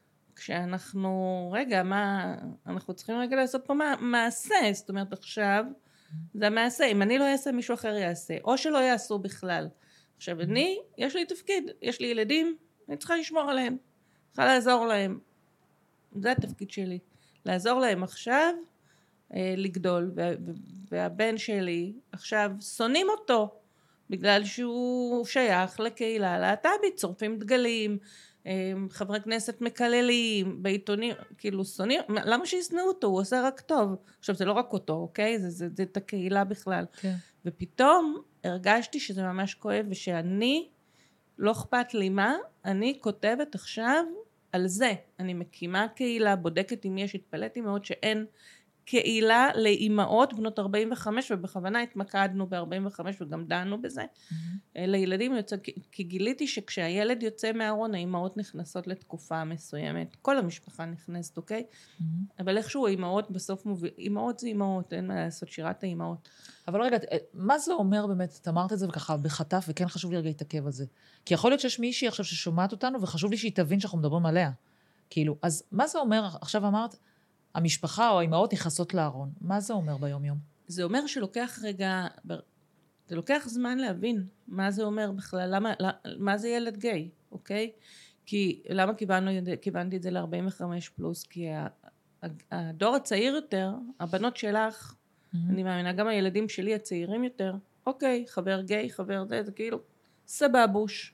כשאנחנו, רגע, אנחנו צריכים רגע לעשות פה מעשה, זאת אומרת, עכשיו, זה המעשה, אם אני לא אעשה, מישהו אחר יעשה, או שלא יעשו בכלל. עכשיו, יש לי תפקיד, יש לי ילדים, אני צריכה לשמור עליהם, צריכה לעזור להם. זה התפקיד שלי, לעזור להם עכשיו, לגדול, והבן שלי עכשיו שונאים אותו, בגלל שהוא שייך לקהילה להט"בית, צורפים דגלים, חברי כנסת מקללים, בעיתונים, כאילו שונאים, למה שישנאו אותו? הוא עושה רק טוב. עכשיו זה לא רק אותו, אוקיי? זה את הקהילה בכלל. כן. ופתאום הרגשתי שזה ממש כואב, ושאני, לא אכפת לי מה, אני כותבת עכשיו על זה. אני מקימה קהילה, בודקת אם יש, התפלאתי מאוד שאין קהילה לאימהות בנות 45, ובכוונה התמקדנו ב-45 וגם דנו בזה, לילדים יוצא, כי גיליתי שכשהילד יוצא מהארון, האימהות נכנסות לתקופה מסוימת, כל המשפחה נכנסת, אוקיי? אבל איכשהו האימהות בסוף אימהות זה אימהות, אין מה לעשות, שירת האימהות. אבל רגע, מה זה אומר באמת, את אמרת את זה וככה בחטף, וכן חשוב לי רגע להתעכב על זה. כי יכול להיות שיש מישהי עכשיו ששומעת אותנו, וחשוב לי שהיא תבין שאנחנו מדברים עליה. כאילו, אז מה זה אומר, עכשיו אמרת, המשפחה או האימהות נכנסות לארון. מה זה אומר ביום יום? זה אומר שלוקח רגע, זה לוקח זמן להבין מה זה אומר בכלל, מה זה ילד גיי, אוקיי? כי למה כיוונתי את זה ל-45 פלוס? כי הדור הצעיר יותר, הבנות שלך, אני מאמינה, גם הילדים שלי הצעירים יותר, אוקיי, חבר גיי, חבר זה כאילו סבבוש.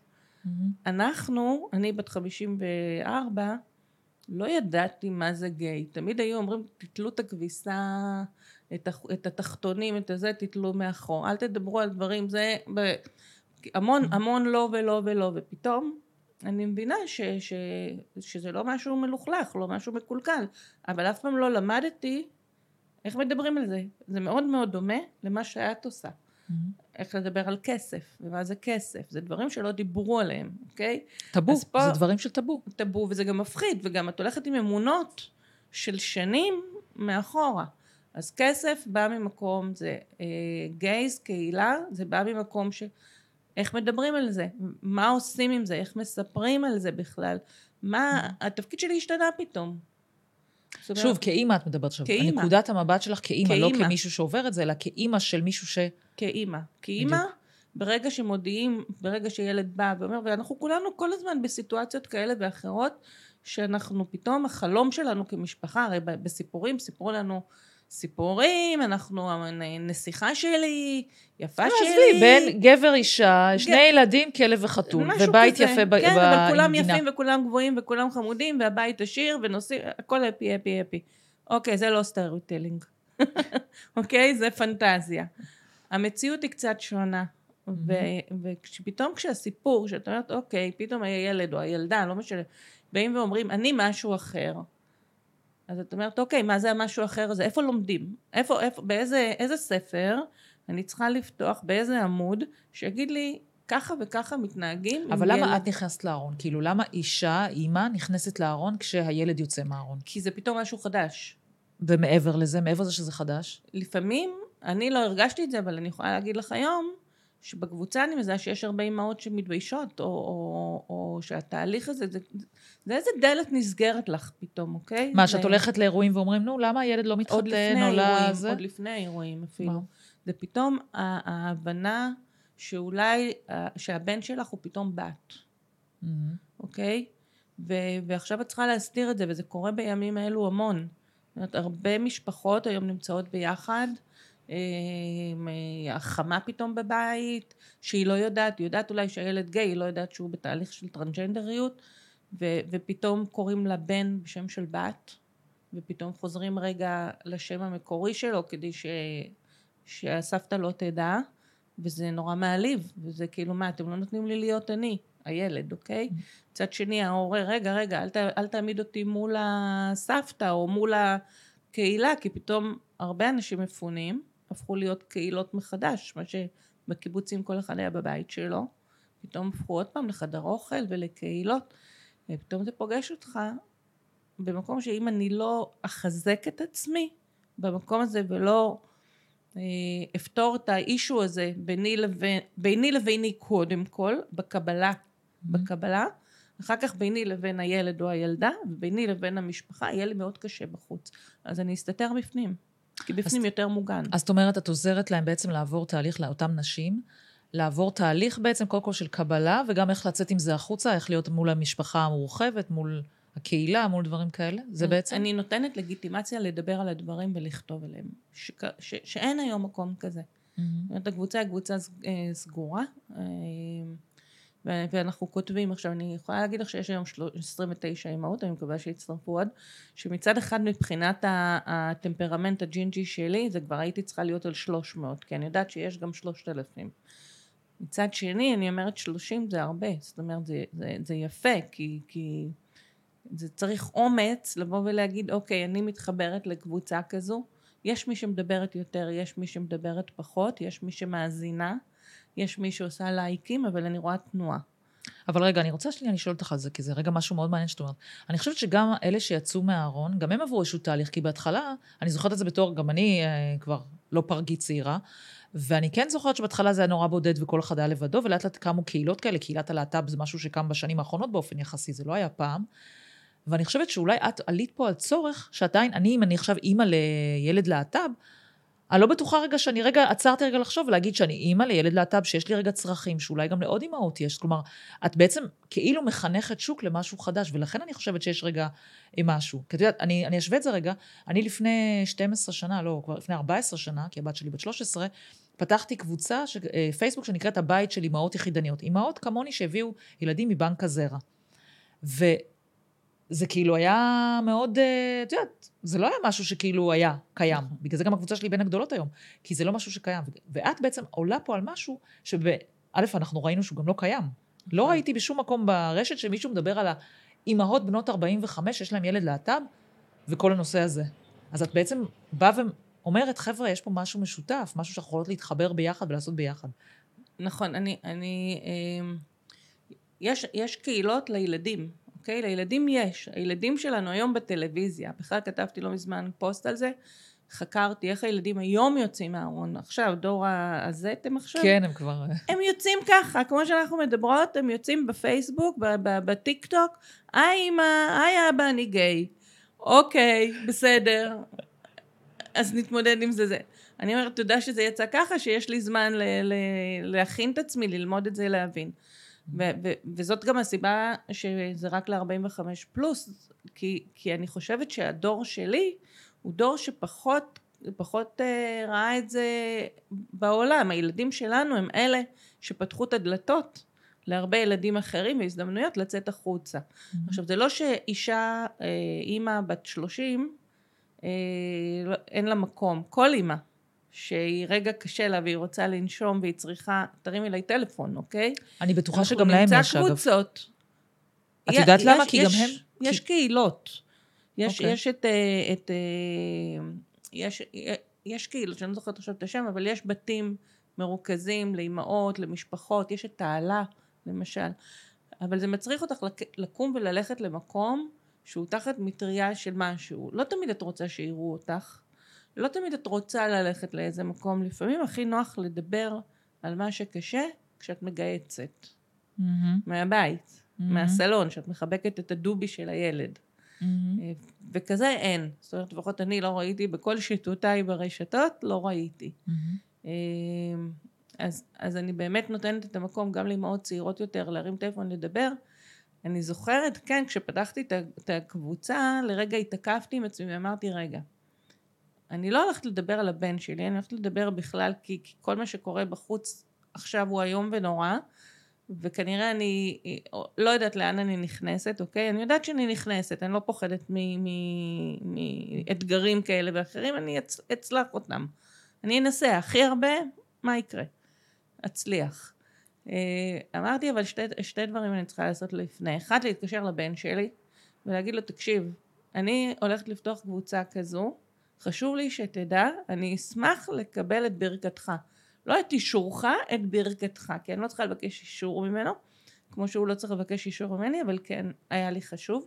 אני בת 54, לא ידעתי מה זה גיי. תמיד היו אומרים, תתלו את הכביסה, את התחתונים, את זה, תתלו מאחור. אל תדברו על דברים, זה המון לא ולא ולא. ופתאום אני מבינה שזה לא משהו מלוכלך, לא משהו מקולקל. אבל אף פעם לא למדתי איך מדברים על זה. זה מאוד מאוד דומה למה שאת עושה. איך לדבר על כסף, ומה זה כסף, זה דברים שלא דיברו עליהם, אוקיי? טבו, זה דברים של טבו. טבו, וזה גם מפחיד, וגם את הולכת עם אמונות של שנים מאחורה. אז כסף בא ממקום, זה גייז, קהילה, זה בא ממקום איך מדברים על זה, מה עושים עם זה, איך מספרים על זה בכלל, מה, התפקיד שלי השתנה פתאום. שוב, כאימא את מדברת עכשיו. נקודת המבט שלך כאימא, לא כמישהו שעובר את זה, אלא כאימא של מישהו כאימא. כאימא, ברגע שמודיעים, ברגע שילד בא ואומר, ואנחנו כולנו כל הזמן בסיטואציות כאלה ואחרות, שאנחנו פתאום, החלום שלנו כמשפחה, הרי בסיפורים, סיפרו לנו סיפורים, אנחנו, הנסיכה שלי, יפה שלי. עזבי, בין גבר אישה, שני ילדים, כלב וחתול, ובית יפה במדינה. כן, אבל כולם יפים וכולם גבוהים וכולם חמודים, והבית עשיר ונושאים, הכל אפי, אפי, אפי. אוקיי, זה לא סטוריטלינג. אוקיי, זה פנטזיה. המציאות היא קצת שונה. ופתאום כשהסיפור, שאתה אומרת, אוקיי, פתאום הילד או הילדה, לא משנה, באים ואומרים, אני משהו אחר. אז את אומרת, אוקיי, מה זה המשהו אחר הזה? איפה לומדים? באיזה ספר אני צריכה לפתוח, באיזה עמוד, שיגיד לי, ככה וככה מתנהגים. אבל למה את נכנסת לארון? כאילו, למה אישה, אימא, נכנסת לארון כשהילד יוצא מהארון? כי זה פתאום משהו חדש. ומעבר לזה, מעבר לזה שזה חדש? לפעמים, אני לא הרגשתי את זה, אבל אני יכולה להגיד לך היום, שבקבוצה אני מזהה שיש הרבה אמהות שמתביישות, או שהתהליך הזה, זה איזה דלת נסגרת לך פתאום, אוקיי? מה, שאת הולכת לאירועים ואומרים, נו, למה הילד לא מתחתן או לזה? עוד לפני האירועים אפילו. זה פתאום ההבנה שאולי, שהבן שלך הוא פתאום בת, אוקיי? ועכשיו את צריכה להסתיר את זה, וזה קורה בימים האלו המון. זאת אומרת, הרבה משפחות היום נמצאות ביחד, החמה פתאום בבית, שהיא לא יודעת, היא יודעת אולי שהילד גיי, היא לא יודעת שהוא בתהליך של טרנסג'נדריות, ופתאום קוראים לבן בשם של בת, ופתאום חוזרים רגע לשם המקורי שלו, כדי שהסבתא לא תדע, וזה נורא מעליב, וזה כאילו מה, אתם לא נותנים לי להיות אני, הילד, אוקיי? צד שני, ההורה, רגע, אל תעמיד אותי מול הסבתא, או מול הקהילה, כי פתאום הרבה אנשים מפונים, הפכו להיות קהילות מחדש, מה שבקיבוצים כל אחד היה בבית שלו, פתאום הפכו עוד פעם לחדר אוכל ולקהילות, ופתאום זה פוגש אותך במקום שאם אני לא אחזק את עצמי במקום הזה ולא אפתור את האישו הזה ביני לביני קודם כל, בקבלה, אחר כך ביני לבין הילד או הילדה, וביני לבין המשפחה, יהיה לי מאוד קשה בחוץ. אז אני אסתתר בפנים, כי בפנים יותר מוגן. אז זאת אומרת, את עוזרת להם בעצם לעבור תהליך לאותם נשים, לעבור תהליך בעצם קודם כל של קבלה, וגם איך לצאת עם זה החוצה, איך להיות מול המשפחה המורחבת, מול הקהילה, מול דברים כאלה. זה בעצם... אני נותנת לגיטימציה לדבר על הדברים ולכתוב עליהם, שאין היום מקום כזה. הקבוצה היא קבוצה סגורה, ואנחנו כותבים עכשיו, אני יכולה להגיד לך שיש היום 29 אמהות, אני מקווה שיצטרפו עוד, שמצד אחד מבחינת הטמפרמנט הג'ינג'י שלי, זה כבר הייתי צריכה להיות על 300, כי אני יודעת שיש גם 3,000. מצד שני, אני אומרת 30 זה הרבה, זאת אומרת, זה יפה, כי זה צריך אומץ לבוא ולהגיד, אוקיי, אני מתחברת לקבוצה כזו, יש מי שמדברת יותר, יש מי שמדברת פחות, יש מי שמאזינה, יש מי שעושה לייקים, אבל אני רואה תנועה. אבל רגע, אני רוצה שנייה לשאול אותך על זה, כי זה רגע משהו מאוד מעניין שאת אומרת. אני חושבת שגם אלה שיצאו מהארון, גם הם עברו איזשהו תהליך, כי בהתחלה, אני זוכרת את זה בתור, גם אני כבר לא פרגית צעירה, ואני כן זוכרת שבהתחלה זה היה נורא בודד, וכל אחד היה לבדו, ולאט לאט קמו קהילות כאלה, קהילת הלהט"ב זה משהו שקם בשנים האחרונות באופן יחסי, זה לא היה פעם. ואני חושבת שאולי את עלית פה על צורך, שעדיין, אם אני עכשיו אימא לילד להט"ב, אני לא בטוחה רגע שאני עצרתי רגע לחשוב ולהגיד שאני אימא לילד להט"ב, שיש לי רגע צרכים, שאולי גם לעוד אימהות יש. כלומר, את בעצם כאילו מחנכת שוק למשהו חדש, ולכן אני חושבת שיש רגע משהו. כי את יודעת, אני אשווה את זה רגע, אני לפני 12 שנה, לא, כבר לפני 14 שנה, כי הבת שלי בת 13, פתחתי קבוצה, פייסבוק שנקראת הבית של אימהות יחידניות. אימהות כמוני שהביאו ילדים מבנק הזרע. זה כאילו היה מאוד, את יודעת, זה לא היה משהו שכאילו היה קיים. בגלל זה גם הקבוצה שלי בין הגדולות היום, כי זה לא משהו שקיים. ואת בעצם עולה פה על משהו א', אנחנו ראינו שהוא גם לא קיים. לא ראיתי בשום מקום ברשת שמישהו מדבר על האימהות בנות 45, יש להם ילד להט"ב, וכל הנושא הזה. אז את בעצם באה ואומרת, חבר'ה, יש פה משהו משותף, משהו שיכולות להתחבר ביחד ולעשות ביחד. נכון, יש קהילות לילדים. אוקיי? לילדים יש. הילדים שלנו היום בטלוויזיה, בכלל כתבתי לא מזמן פוסט על זה, חקרתי איך הילדים היום יוצאים מהארון. עכשיו, דור הזתם עכשיו. כן, הם כבר... הם יוצאים ככה, כמו שאנחנו מדברות, הם יוצאים בפייסבוק, בטיק טוק, אמא, אבא, אני גיי. אוקיי, בסדר. אז נתמודד עם זה. אני אומרת, תודה שזה יצא ככה, שיש לי זמן להכין את עצמי, ללמוד את זה, להבין. וזאת גם הסיבה שזה רק ל-45 פלוס, כי אני חושבת שהדור שלי הוא דור שפחות ראה את זה בעולם. הילדים שלנו הם אלה שפתחו את הדלתות להרבה ילדים אחרים והזדמנויות לצאת החוצה. עכשיו, זה לא שאישה, אימא בת 30, אין לה מקום. כל אימא שהיא רגע קשה לה והיא רוצה לנשום והיא צריכה, תרים אליי טלפון, אוקיי? אני בטוחה שגם להם יש, אגב. אנחנו נמצא קבוצות. את יודעת למה? כי גם הם... יש קהילות. יש קהילות, שאני לא זוכרת עכשיו את השם, אבל יש בתים מרוכזים לאימהות, למשפחות, יש את תעלה, למשל. אבל זה מצריך אותך לקום וללכת למקום שהוא תחת מטריה של משהו. לא תמיד את רוצה שיראו אותך, לא תמיד את רוצה ללכת לאיזה מקום. לפעמים הכי נוח לדבר על מה שקשה כשאת מגייצת. מהבית, מהסלון, שאת מחבקת את הדובי של הילד. וכזה אין. זאת אומרת, לפחות אני לא ראיתי, בכל שיטותיי ברשתות, לא ראיתי. אז אני באמת נותנת את המקום גם לאמהות צעירות יותר, להרים טלפון לדבר. אני זוכרת, כן, כשפתחתי את הקבוצה, לרגע התעכבתי עם עצמי ואמרתי, רגע, אני לא הולכת לדבר על הבן שלי, אני הולכת לדבר בכלל, כי כל מה שקורה בחוץ עכשיו הוא היום ונורא, וכנראה אני לא יודעת לאן אני נכנסת, אוקיי? אני יודעת שאני נכנסת, אני לא פוחדת מאתגרים כאלה ואחרים, אני אצלח אותם. אני אנסה, הכי הרבה, מה יקרה? אצליח. אמרתי, אבל שתי דברים אני צריכה לעשות לפני. אחד, להתקשר לבן שלי, ולהגיד לו, תקשיב, אני הולכת לפתוח קבוצה כזו, חשוב לי שתדע, אני אשמח לקבל את ברכתך. לא את אישורך, את ברכתך, כי אני לא צריכה לבקש אישור ממנו, כמו שהוא לא צריך לבקש אישור ממני, אבל כן, היה לי חשוב.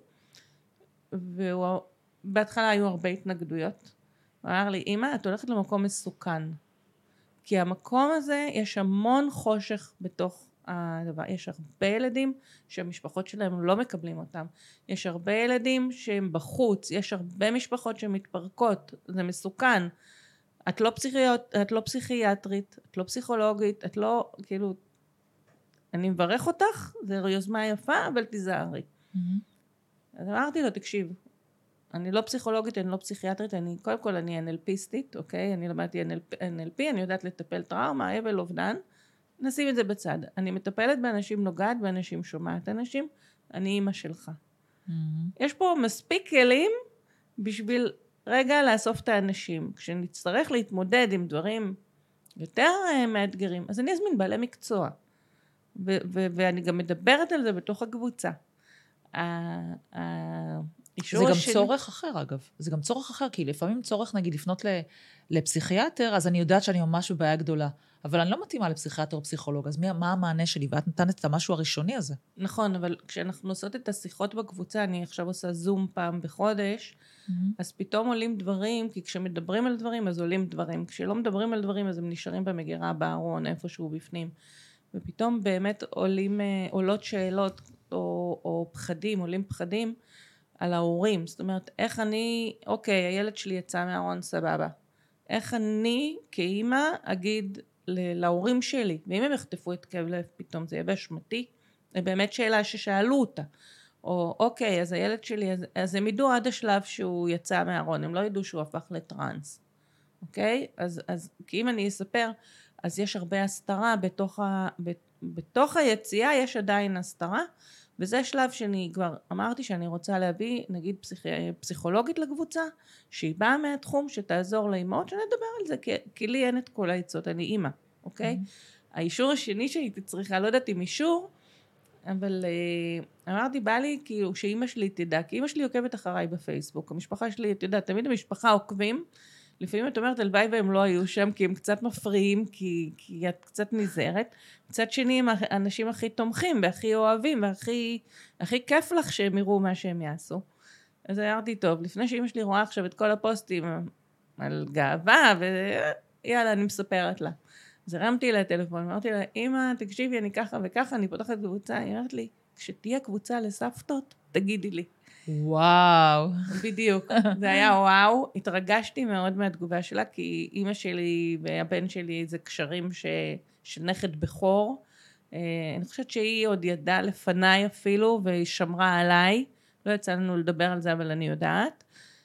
ובהתחלה היו הרבה התנגדויות. הוא אמר לי, אמא, את הולכת למקום מסוכן. כי המקום הזה, יש המון חושך בתוך הדבר. יש הרבה ילדים שהמשפחות שלהם לא מקבלים אותם. יש הרבה ילדים שהם בחוץ. יש הרבה משפחות שמתפרקות. זה מסוכן. את לא פסיכיאטרית, את לא פסיכולוגית, את לא, כאילו, אני מברך אותך, זו יוזמה יפה, אבל תיזהרי. אז אמרתי לו, תקשיב, אני לא פסיכולוגית, אני לא פסיכיאטרית, קודם כל אני NLPיסטית, אוקיי? אני למדתי NLP, אני יודעת לטפל טראומה, אבל אובדן, נשים את זה בצד. אני מטפלת באנשים, נוגעת באנשים, שומעת אנשים, אני אימא שלך. יש פה מספיק כלים בשביל רגע לאסוף את האנשים. כשנצטרך להתמודד עם דברים יותר מאתגרים, אז אני אזמין בעלי מקצוע. ואני גם מדברת על זה בתוך הקבוצה. זה גם צורך אחר, אגב. זה גם צורך אחר, כי לפעמים צורך, נגיד, לפנות לפסיכיאטר, אז אני יודעת שאני ממש בבעיה גדולה. אבל אני לא מתאימה לפסיכיאטר או פסיכולוג, אז מה המענה שלי? ואת נתנת את המשהו הראשוני הזה. נכון, אבל כשאנחנו עושות את השיחות בקבוצה, אני עכשיו עושה זום פעם בחודש, אז פתאום עולים דברים, כי כשמדברים על דברים, אז עולים דברים. כשלא מדברים על דברים, אז הם נשארים במגירה, בארון, איפשהו בפנים. ופתאום באמת עולות שאלות, או פחדים, עולים פחדים, על ההורים. זאת אומרת, איך אוקיי, הילד שלי יצא מהארון, סבבה. איך אני, כאימא, אגיד להורים שלי, ואם הם יחטפו את כאב לב פתאום, זה יהיה באשמתי, זה באמת שאלה ששאלו אותה. או אוקיי, אז הילד שלי, אז הם ידעו עד השלב שהוא יצא מהארון, הם לא ידעו שהוא הפך לטרנס. אוקיי? אז כי אם אני אספר, אז יש הרבה הסתרה בתוך היציאה, יש עדיין הסתרה, וזה שלב שאני כבר אמרתי שאני רוצה להביא, נגיד פסיכולוגית לקבוצה, שהיא באה מהתחום שתעזור לאמהות, שנדבר על זה, כי לי אין את כל העצות, אני אימא, אוקיי? האישור השני שהייתי צריכה, לא יודעת אם אישור, אבל אמרתי, בא לי כאילו שאימא שלי תדע, כי אימא שלי עוקבת אחריי בפייסבוק, המשפחה שלי, את יודעת, תמיד המשפחה עוקבים, לפעמים את אומרת, הלוואי והם לא היו שם, כי הם קצת מפריעים, כי את קצת נזהרת. מצד שני, הם האנשים הכי תומכים, והכי אוהבים, והכי כיף לך שהם יראו מה שהם יעשו. אז אמרתי, טוב, לפני שאמא שלי רואה עכשיו את כל הפוסטים על גאווה, ויאללה, אני מספרת לה. אז הרמתי לה טלפון, אמרתי לה, אמא, תקשיבי, אני ככה וככה, אני פותחת קבוצה. היא אמרת לי, כשתהיה קבוצה לסבתות, תגידי לי. וואו. בדיוק, זה היה וואו. התרגשתי מאוד מהתגובה שלה, כי אימא שלי והבן שלי זה קשרים של נכד בכור. אני חושבת שהיא עוד ידעה לפניי אפילו, והיא שמרה עליי. לא יצא לנו לדבר על זה, אבל אני יודעת.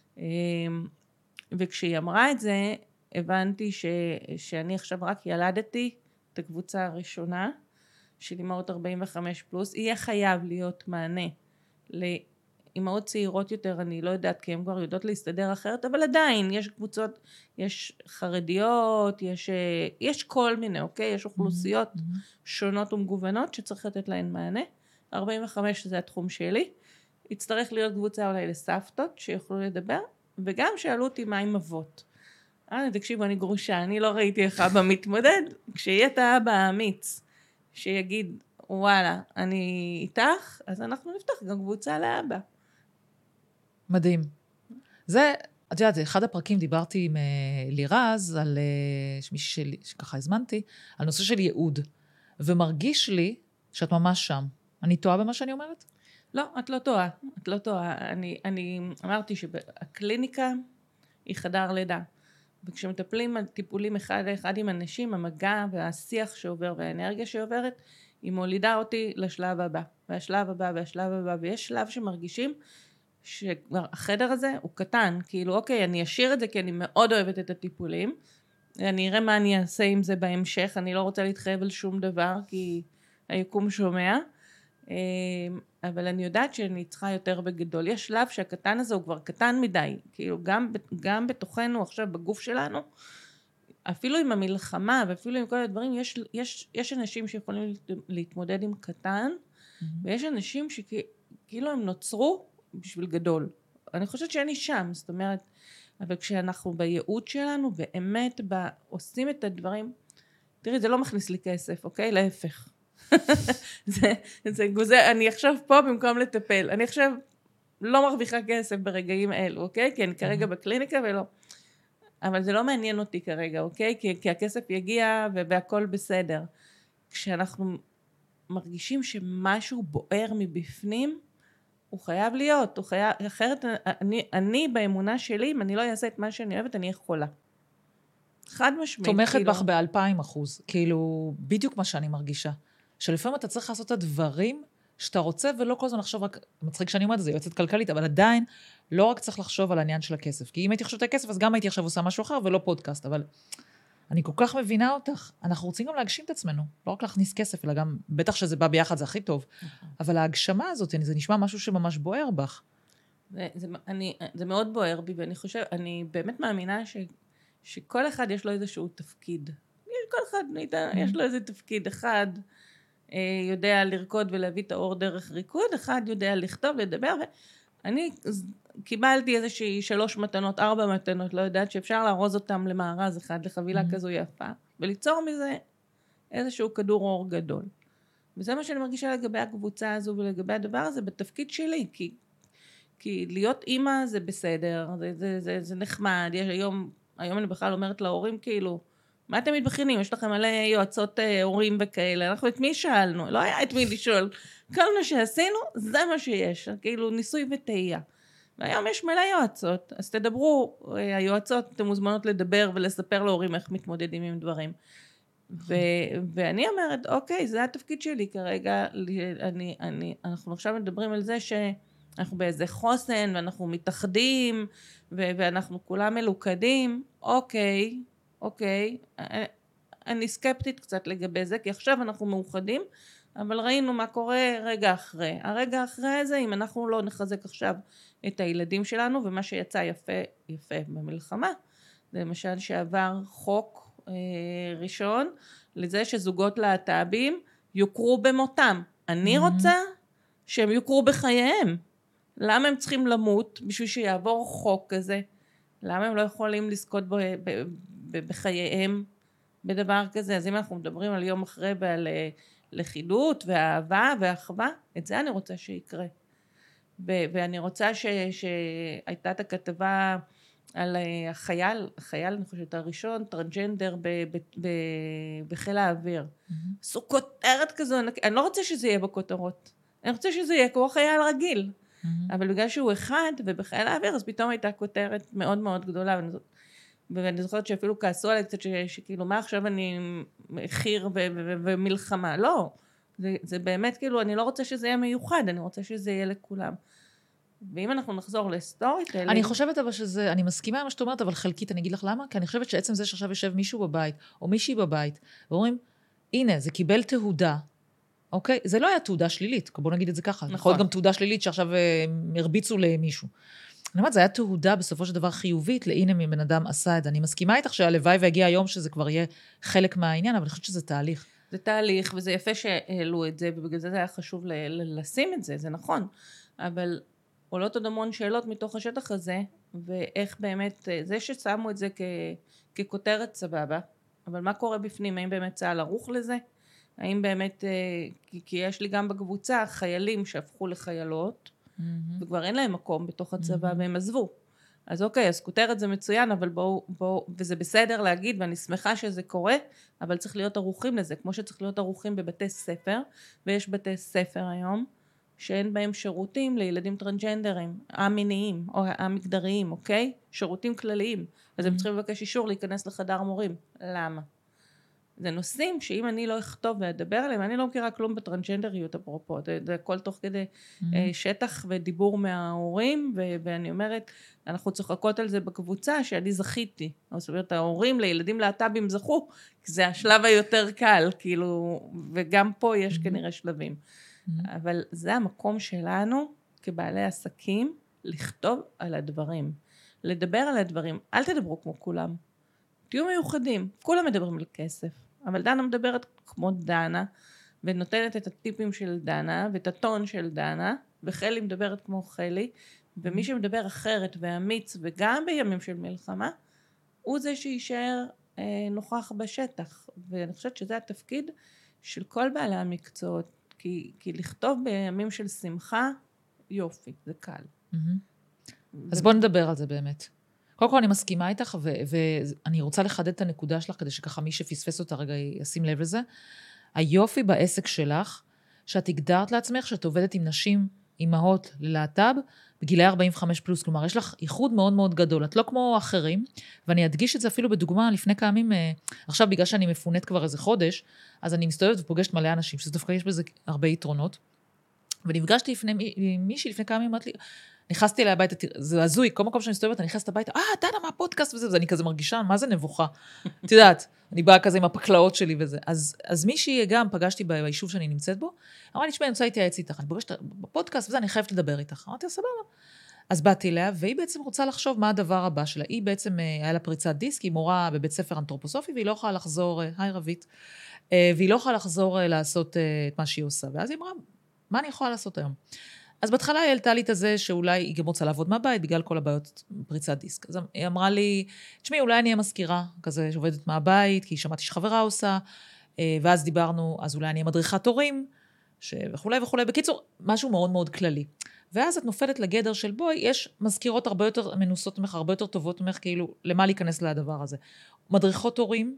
וכשהיא אמרה את זה, הבנתי שאני עכשיו רק ילדתי את הקבוצה הראשונה, של אמהות 45 פלוס. יהיה חייב להיות מענה לאמהות צעירות יותר, אני לא יודעת, כי הן כבר יודעות להסתדר אחרת, אבל עדיין יש קבוצות, יש חרדיות, יש כל מיני, אוקיי? יש אוכלוסיות שונות ומגוונות שצריך לתת להן מענה. 45 זה התחום שלי. יצטרך להיות קבוצה אולי לסבתות שיוכלו לדבר, וגם שאלו אותי מה עם אבות. תקשיבו, אני גרושה, אני לא ראיתי איך אבא מתמודד, כשיהיה את האבא האמיץ, שיגיד, וואלה, אני איתך, אז אנחנו נפתח גם קבוצה לאבא. מדהים. זה, את יודעת, אחד הפרקים דיברתי עם לירז, על מישהי שככה הזמנתי, על נושא של ייעוד, ומרגיש לי שאת ממש שם. אני טועה במה שאני אומרת? לא, את לא טועה, את לא טועה. אני אמרתי שהקליניקה היא חדר לידה. וכשמטפלים על טיפולים אחד לאחד עם אנשים, המגע והשיח שעובר והאנרגיה שעוברת, היא מולידה אותי לשלב הבא, והשלב הבא, והשלב הבא, ויש שלב שמרגישים שהחדר הזה הוא קטן, כאילו אוקיי, אני אשאיר את זה כי אני מאוד אוהבת את הטיפולים, אני אראה מה אני אעשה עם זה בהמשך, אני לא רוצה להתחייב על שום דבר, כי היקום שומע, אבל אני יודעת שאני צריכה יותר בגדול. יש שלב שהקטן הזה הוא כבר קטן מדי, כאילו גם בתוכנו עכשיו בגוף שלנו, אפילו עם המלחמה ואפילו עם כל הדברים, יש אנשים שיכולים להתמודד עם קטן, ויש אנשים שכאילו הם נוצרו בשביל גדול. אני חושבת שאני שם, זאת אומרת, אבל כשאנחנו בייעוד שלנו, באמת עושים את הדברים, תראי, זה לא מכניס לי כסף, אוקיי? להפך. זה גוזר, אני עכשיו פה במקום לטפל, אני עכשיו לא מרוויחה כסף ברגעים אלו, אוקיי? כי אני כרגע בקליניקה ולא, אבל זה לא מעניין אותי כרגע, אוקיי? כי הכסף יגיע והכל בסדר. כשאנחנו מרגישים שמשהו בוער מבפנים, הוא חייב להיות, הוא חייב, אחרת אני באמונה שלי, אם אני לא אעשה את מה שאני אוהבת, אני יכולה. חד משמעית. תומכת בך ב-2000%, כאילו, בדיוק מה שאני מרגישה. שלפעמים אתה צריך לעשות את הדברים שאתה רוצה, ולא כל הזמן לחשוב רק, מצחיק שאני אומרת, זה יועצת כלכלית, אבל עדיין לא רק צריך לחשוב על העניין של הכסף. כי אם הייתי חושבת על הכסף, אז גם הייתי עכשיו עושה משהו אחר, ולא פודקאסט, אבל אני כל כך מבינה אותך. אנחנו רוצים גם להגשים את עצמנו, לא רק להכניס כסף, אלא גם, בטח שזה בא ביחד, זה הכי טוב. אבל ההגשמה הזאת, זה נשמע משהו שממש בוער בך. זה מאוד בוער בי, ואני חושב, אני באמת מאמינה שכל אחד יש לו איזשהו תפקיד. כל אחד יש לו איזה תפקיד. אחד יודע לרקוד ולהביא את האור דרך ריקוד, אחד יודע לכתוב, לדבר, ואני קיבלתי איזושהי 3 מתנות, 4 מתנות, לא יודעת, שאפשר לארוז אותם למארז אחד, לחבילה כזו יפה, וליצור מזה איזשהו כדור אור גדול. וזה מה שאני מרגישה לגבי הקבוצה הזו ולגבי הדבר הזה בתפקיד שלי, כי להיות אימא זה בסדר, זה נחמד, היום אני בכלל אומרת להורים כאילו, מה אתם מתבחינים? יש לכם מלא יועצות הורים וכאלה, אנחנו את מי שאלנו? לא היה את מי לשאול. כל מה שעשינו, זה מה שיש, כאילו ניסוי וטעייה. והיום יש מלא יועצות, אז תדברו, היועצות, אתם מוזמנות לדבר ולספר להורים איך מתמודדים עם דברים. ואני אומרת, אוקיי, זה התפקיד שלי כרגע, אנחנו עכשיו מדברים על זה שאנחנו באיזה חוסן, ואנחנו מתאחדים, ואנחנו כולם מלוכדים, אוקיי, אני סקפטית קצת לגבי זה, כי עכשיו אנחנו מאוחדים, אבל ראינו מה קורה רגע אחרי. הרגע אחרי זה, אם אנחנו לא נחזק עכשיו את הילדים שלנו, ומה שיצא יפה במלחמה, זה למשל שעבר חוק ראשון, לזה שזוגות להט"בים יוכרו במותם. אני רוצה שהם יוכרו בחייהם. למה הם צריכים למות בשביל שיעבור חוק כזה? למה הם לא יכולים לזכות בחייהם בדבר כזה? אז אם אנחנו מדברים על יום אחרי ועל לכידות ואהבה ואחווה, את זה אני רוצה שיקרה. ואני רוצה שהייתה את הכתבה על החייל, אני חושבת הראשון, טרנסג'נדר בחיל האוויר. עשו כותרת כזו, אני לא רוצה שזה יהיה בכותרות. אני רוצה שזה יהיה כמו חייל רגיל. אבל בגלל שהוא אחד ובחיל האוויר, אז פתאום הייתה כותרת מאוד מאוד גדולה, ואני זוכרת שאפילו כעסו עליי קצת, שכאילו מה עכשיו אני חיר ומלחמה, לא, זה באמת כאילו, אני לא רוצה שזה יהיה מיוחד, אני רוצה שזה יהיה לכולם. ואם אנחנו נחזור לסטורי טיילינג... אני חושבת אבל שזה, אני מסכימה עם מה שאת אומרת, אבל חלקית, אני אגיד לך למה? כי אני חושבת שעצם זה שעכשיו יושב מישהו בבית, או מישהי בבית, ואומרים, הנה, זה קיבל תהודה, אוקיי? זה לא היה תהודה שלילית, בוא נגיד את זה ככה. נכון. יכול להיות גם תהודה שלילית שעכשיו הרביצו למישהו. אני אומרת, זה היה תהודה בסופו של דבר חיובית, להנה מבן אדם עשה את זה. אני מסכימה איתך שהלוואי והגיע היום שזה כבר יהיה חלק מהעניין, אבל אני חושבת שזה תהליך. זה תהליך, וזה יפה שהעלו את זה, ובגלל זה היה חשוב לשים את זה, זה נכון. אבל עולות עוד המון שאלות מתוך השטח הזה, ואיך באמת, זה ששמו את זה ככותרת סבבה, אבל מה קורה בפנים? האם באמת צה"ל ערוך לזה? האם באמת, כי יש לי גם בקבוצה חיילים שהפכו לחיילות, וכבר אין להם מקום בתוך הצבא, והם עזבו. אז אוקיי, אז כותרת זה מצוין, אבל בואו, וזה בסדר להגיד, ואני שמחה שזה קורה, אבל צריך להיות ערוכים לזה, כמו שצריך להיות ערוכים בבתי ספר, ויש בתי ספר היום, שאין בהם שירותים לילדים טרנסג'נדרים, א-מיניים, או א-מגדריים, אוקיי? שירותים כלליים. אז הם צריכים לבקש אישור להיכנס לחדר מורים. למה? זה נושאים שאם אני לא אכתוב ואדבר עליהם, אני לא מכירה כלום בטרנסג'נדריות אפרופו, זה הכל תוך כדי שטח ודיבור מההורים, ואני אומרת, אנחנו צוחקות על זה בקבוצה שאני זכיתי, זאת אומרת, ההורים לילדים להט"בים זכו, כי זה השלב היותר קל, כאילו, וגם פה יש כנראה שלבים. אבל זה המקום שלנו, כבעלי עסקים, לכתוב על הדברים, לדבר על הדברים, אל תדברו כמו כולם. תהיו מיוחדים, כולם מדברים על כסף, אבל דנה מדברת כמו דנה, ונותנת את הטיפים של דנה, ואת הטון של דנה, וחלי מדברת כמו חלי, ומי שמדבר אחרת ואמיץ, וגם בימים של מלחמה, הוא זה שישאר נוכח בשטח, ואני חושבת שזה התפקיד של כל בעלי המקצועות, כי לכתוב בימים של שמחה, יופי, זה קל. אז בוא נדבר על זה באמת. קודם כל אני מסכימה איתך, ואני רוצה לחדד את הנקודה שלך, כדי שככה מי שפספס אותה רגע ישים לב לזה. היופי בעסק שלך, שאת הגדרת לעצמך, שאת עובדת עם נשים, אימהות ללהט"ב, בגילי 45 פלוס, כלומר, יש לך ייחוד מאוד מאוד גדול, את לא כמו אחרים, ואני אדגיש את זה אפילו בדוגמה, לפני כמה ימים, עכשיו בגלל שאני מפונית כבר איזה חודש, אז אני מסתובבת ופוגשת מלא אנשים, שזה דווקא יש בזה הרבה יתרונות, ונפגשתי מישהי לפני כמה ימים, אמרת לי, נכנסתי אליה הביתה, זה הזוי, כל מקום שאני מסתובבת, אני נכנסת הביתה, דנה, מה הפודקאסט וזה, ואני כזה מרגישה, מה זה נבוכה? את יודעת, אני באה כזה עם הפקלאות שלי וזה. אז מישהי גם פגשתי ביישוב שאני נמצאת בו, אמרה לי, תשמעי, אני רוצה להתייעץ איתך, אני פוגשת בפודקאסט וזה, אני חייבת לדבר איתך. אמרתי, סבבה. אז באתי אליה, והיא בעצם רוצה לחשוב מה הדבר הבא שלה. היא בעצם, היה לה פריצת דיסק, היא מורה בבית ספר אנתרופוסופי, והיא לא יכולה לחזור, היי רבית, והיא לא יכולה לחזור לעשות את מה שהיא עושה. ואז היא אמרה, מה אני יכולה לעשות היום? אז בהתחלה היא העלתה לי את זה שאולי היא גם רוצה לעבוד מהבית, בגלל כל הבעיות פריצת דיסק. אז היא אמרה לי, תשמעי, אולי אני אהיה מזכירה, כזה שעובדת מהבית, כי שמעתי שחברה עושה, ואז דיברנו, אז אולי אני אהיה מדריכת הורים, וכולי וכולי. בקיצור, משהו מאוד מאוד כללי. ואז את נופלת לגדר של בואי, יש מזכירות הרבה יותר מנוסות ממך, הרבה יותר טובות ממך, כאילו, למה להיכנס לדבר הזה? מדריכות הורים,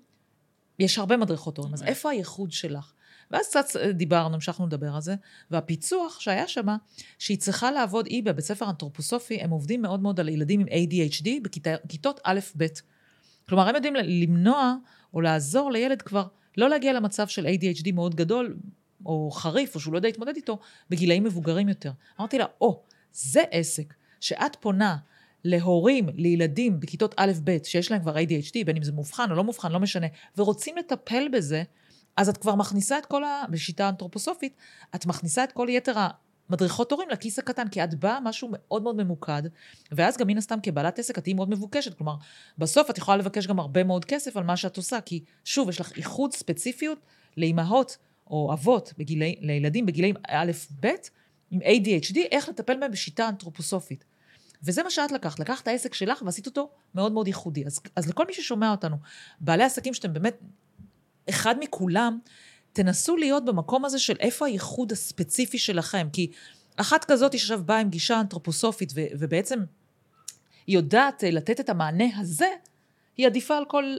יש הרבה מדריכות הורים, אז איפה הייחוד שלך? ואז קצת דיברנו, המשכנו לדבר על זה, והפיצוח שהיה שמה, שהיא צריכה לעבוד, היא בבית ספר אנתרופוסופי, הם עובדים מאוד מאוד על ילדים עם ADHD בכיתות א'-ב'. כלומר, הם יודעים למנוע או לעזור לילד כבר לא להגיע למצב של ADHD מאוד גדול, או חריף, או שהוא לא יודע להתמודד איתו, בגילאים מבוגרים יותר. אמרתי לה, זה עסק, שאת פונה להורים, לילדים בכיתות א'-ב', שיש להם כבר ADHD, בין אם זה מובחן או לא מובחן, לא משנה, ורוצים לטפל בזה, אז את כבר מכניסה את כל בשיטה אנתרופוסופית, את מכניסה את כל יתר המדריכות הורים לכיס הקטן, כי את באה משהו מאוד מאוד ממוקד, ואז גם מן הסתם כבעלת עסק, את תהיי מאוד מבוקשת, כלומר, בסוף את יכולה לבקש גם הרבה מאוד כסף על מה שאת עושה, כי שוב, יש לך ייחוד ספציפיות לאימהות או אבות, לילדים בגילאים א'-ב', עם ADHD, איך לטפל בהם בשיטה אנתרופוסופית. וזה מה שאת לקחת את העסק שלך ועשית אותו מאוד מאוד ייחודי. אז לכל מי ששומע אותנו, בעלי עסקים שאתם באמת אחד מכולם, תנסו להיות במקום הזה של איפה הייחוד הספציפי שלכם, כי אחת כזאת עכשיו באה עם גישה אנתרופוסופית, ובעצם היא יודעת לתת את המענה הזה, היא עדיפה על כל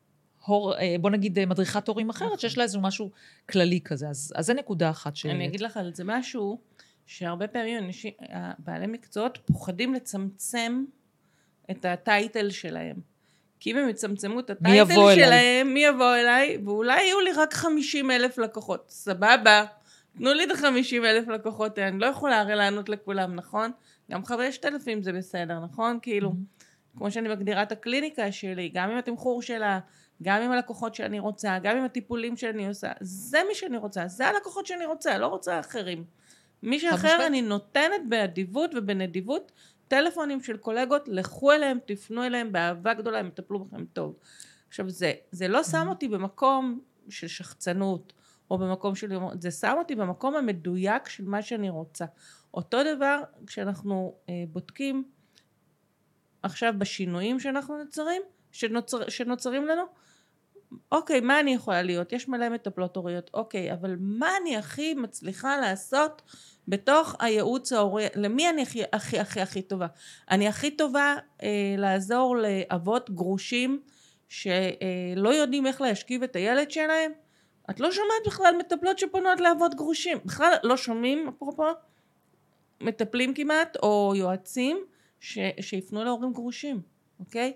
בוא נגיד מדריכת הורים אחרת, שיש לה איזה משהו כללי כזה, אז זה נקודה אחת אני אגיד לך על זה משהו, שהרבה פעמים בעלי מקצועות פוחדים לצמצם את הטייטל שלהם. כי אם הם יצמצמו את הטייטל שלהם, מי יבוא אליי? ואולי יהיו לי רק 50,000 לקוחות. סבבה, תנו לי את 50,000 לקוחות, אני לא יכולה הרי לענות לכולם, נכון? גם 5,000 זה בסדר, נכון? כאילו, כמו שאני מגדירה את הקליניקה שלי, גם עם התמחור שלה, גם עם הלקוחות שאני רוצה, גם עם הטיפולים שאני עושה, זה מי שאני רוצה, זה הלקוחות שאני רוצה, לא רוצה אחרים. מי שאחר אני נותנת באדיבות ובנדיבות, טלפונים של קולגות, לכו אליהם, תפנו אליהם, באהבה גדולה, הם יטפלו בכם טוב. עכשיו, זה לא שם אותי במקום של שחצנות, או במקום של... זה שם אותי במקום המדויק של מה שאני רוצה. אותו דבר, כשאנחנו בודקים עכשיו בשינויים שאנחנו שנוצרים לנו, אוקיי, מה אני יכולה להיות? יש מלא מטפלות הוריות, אוקיי, אבל מה אני הכי מצליחה לעשות בתוך הייעוץ ההורי? למי אני הכי טובה? אני הכי טובה לעזור לאבות גרושים שלא יודעים איך להשכיב את הילד שלהם? את לא שומעת בכלל מטפלות שפונות לאבות גרושים, בכלל לא שומעים, אפרופו, מטפלים כמעט, או יועצים שיפנו להורים גרושים, אוקיי?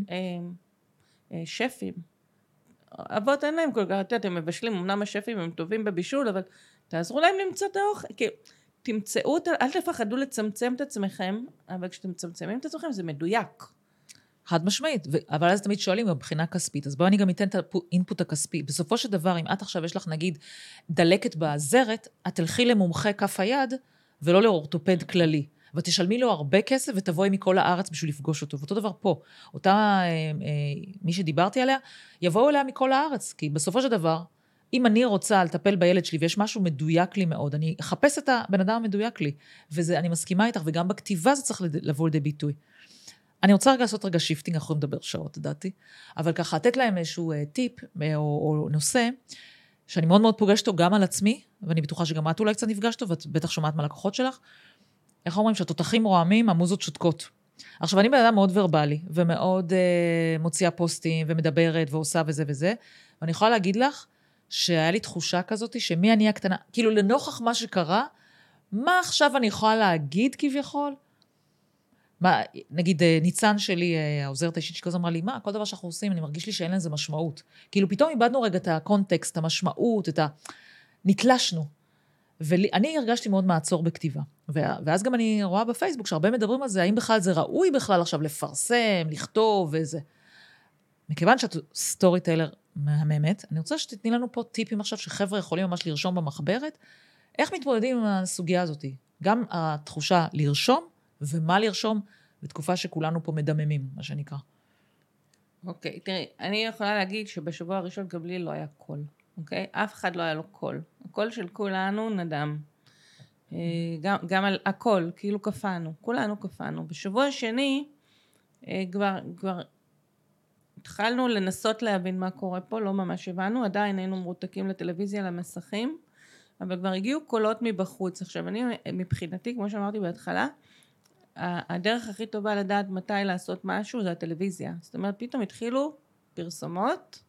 שפים. אבות אין להם כל כך, אתם מבשלים, אמנם השפים הם טובים בבישול, אבל תעזרו להם למצוא את האוכל, כי תמצאו, אל תפחדו לצמצם את עצמכם, אבל כשאתם מצמצמים את עצמכם זה מדויק. חד משמעית, אבל אז תמיד שואלים מבחינה כספית, אז בואו אני גם אתן את האינפוט הכספי. בסופו של דבר, אם את עכשיו יש לך נגיד דלקת בזרת, את תלכי למומחה כף היד, ולא לאורתופד כללי. ותשלמי לו הרבה כסף ותבואי מכל הארץ בשביל לפגוש אותו. ואותו דבר פה, אותה מי שדיברתי עליה, יבואו אליה מכל הארץ, כי בסופו של דבר, אם אני רוצה לטפל בילד שלי ויש משהו מדויק לי מאוד, אני אחפש את הבן אדם המדויק לי, ואני מסכימה איתך, וגם בכתיבה זה צריך לבוא לידי ביטוי. אני רוצה לעשות רגע שיפטינג, אנחנו נדבר שעות, דעתי, אבל ככה, לתת להם איזשהו טיפ או נושא, שאני מאוד מאוד פוגשת אותו גם על עצמי, ואני בטוחה שגם את אולי קצת נפגשת, ואת בטח שומעת מהלקוחות שלך, איך אומרים שהתותחים רועמים, המוזות שותקות. עכשיו, אני בן אדם מאוד ורבלי, ומאוד מוציאה פוסטים, ומדברת, ועושה וזה וזה, ואני יכולה להגיד לך, שהיה לי תחושה כזאת, שמי אני הקטנה, כאילו לנוכח מה שקרה, מה עכשיו אני יכולה להגיד כביכול? מה, נגיד, ניצן שלי, העוזרת האישית שכזו אמרה לי, מה, כל דבר שאנחנו עושים, אני מרגיש לי שאין לזה משמעות. כאילו פתאום איבדנו רגע את הקונטקסט, המשמעות, נתלשנו. ואני הרגשתי מאוד מעצור בכתיבה. ואז גם אני רואה בפייסבוק שהרבה מדברים על זה, האם בכלל זה ראוי בכלל עכשיו לפרסם, לכתוב וזה. מכיוון שאת סטורי טיילר מהממת, אני רוצה שתתני לנו פה טיפים עכשיו שחבר'ה יכולים ממש לרשום במחברת, איך מתמודדים עם הסוגיה הזאת? גם התחושה לרשום, ומה לרשום בתקופה שכולנו פה מדממים, מה שנקרא. אוקיי, תראי, אני יכולה להגיד שבשבוע הראשון גם לי לא היה קול. אוקיי? אף אחד לא היה לו קול. הקול של כולנו נדם. גם על הכל, כאילו קפאנו. כולנו קפאנו. בשבוע השני, כבר התחלנו לנסות להבין מה קורה פה, לא ממש הבנו, עדיין היינו מרותקים לטלוויזיה, למסכים, אבל כבר הגיעו קולות מבחוץ. עכשיו, אני מבחינתי, כמו שאמרתי בהתחלה, הדרך הכי טובה לדעת מתי לעשות משהו זה הטלוויזיה. זאת אומרת, פתאום התחילו פרסומות,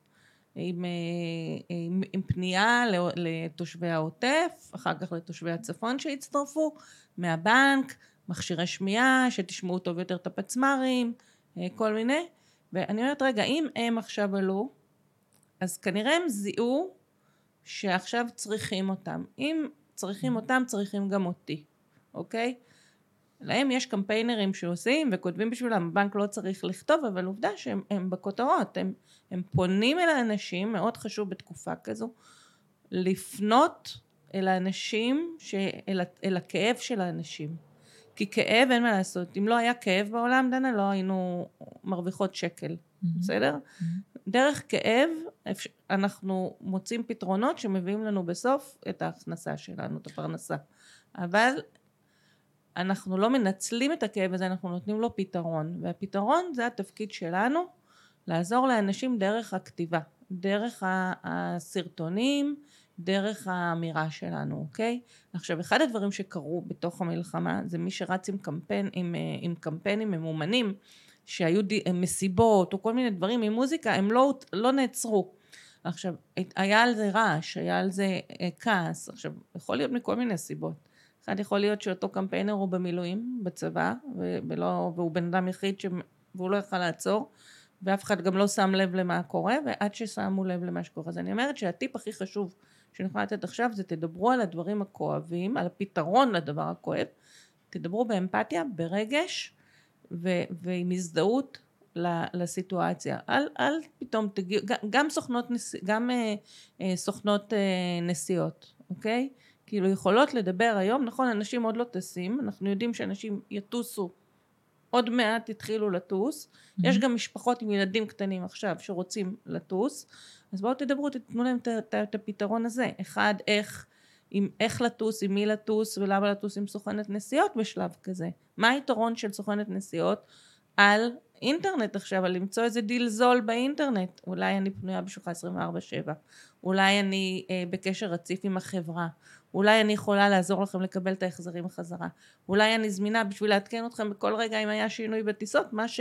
עם פנייה לתושבי העוטף, אחר כך לתושבי הצפון שהצטרפו, מהבנק, מכשירי שמיעה, שתשמעו טוב יותר את הפצמרים, כל מיני. ואני אומרת, רגע, אם הם עכשיו עלו, אז כנראה הם זיהו שעכשיו צריכים אותם. אם צריכים אותם, צריכים גם אותי, אוקיי? להם יש קמפיינרים שעושים וכותבים בשבילם, הבנק לא צריך לכתוב, אבל עובדה שהם בכותרות, הם פונים אל האנשים, מאוד חשוב בתקופה כזו, לפנות אל האנשים, אל הכאב של האנשים. כי כאב אין מה לעשות, אם לא היה כאב בעולם, דנה, לא היינו מרוויחות שקל, בסדר? דרך כאב, אנחנו מוצאים פתרונות שמביאים לנו בסוף את ההכנסה שלנו, את הפרנסה. אבל אנחנו לא מנצלים את הכאב הזה, אנחנו נותנים לו פתרון, והפתרון זה התפקיד שלנו, לעזור לאנשים דרך הכתיבה, דרך הסרטונים, דרך האמירה שלנו, אוקיי? עכשיו, אחד הדברים שקרו בתוך המלחמה, זה מי שרץ עם קמפיינים ממומנים, שהיו מסיבות או כל מיני דברים עם מוזיקה, הם לא נעצרו. עכשיו, היה על זה רעש, היה על זה כעס, עכשיו, יכול להיות מכל מיני סיבות. אחד יכול להיות שאותו קמפיינר הוא במילואים, בצבא, והוא בן אדם יחיד והוא לא יכול לעצור, ואף אחד גם לא שם לב למה קורה, ועד ששמו לב למה שקורה. אז אני אומרת שהטיפ הכי חשוב שאני יכולה לתת עכשיו, זה תדברו על הדברים הכואבים, על הפתרון לדבר הכואב, תדברו באמפתיה, ברגש, ועם הזדהות לסיטואציה. אל פתאום תגיעו, גם סוכנות נסיעות, אוקיי? כאילו יכולות לדבר היום, נכון, אנשים עוד לא טסים, אנחנו יודעים שאנשים יטוסו, עוד מעט התחילו לטוס, יש גם משפחות עם ילדים קטנים עכשיו שרוצים לטוס, אז בואו תדברו, תתנו להם את הפתרון הזה. אחד, איך לטוס, עם מי לטוס, ולמה לטוס עם סוכנת נסיעות בשלב כזה. מה היתרון של סוכנת נסיעות על אינטרנט עכשיו, על למצוא איזה דיל זול באינטרנט? אולי אני פנויה בשבילך 24/7, אולי אני בקשר רציף עם החברה, אולי אני יכולה לעזור לכם לקבל את ההחזרים החזרה, אולי אני זמינה בשביל להתקן אתכם בכל רגע אם היה שינוי בטיסות, מה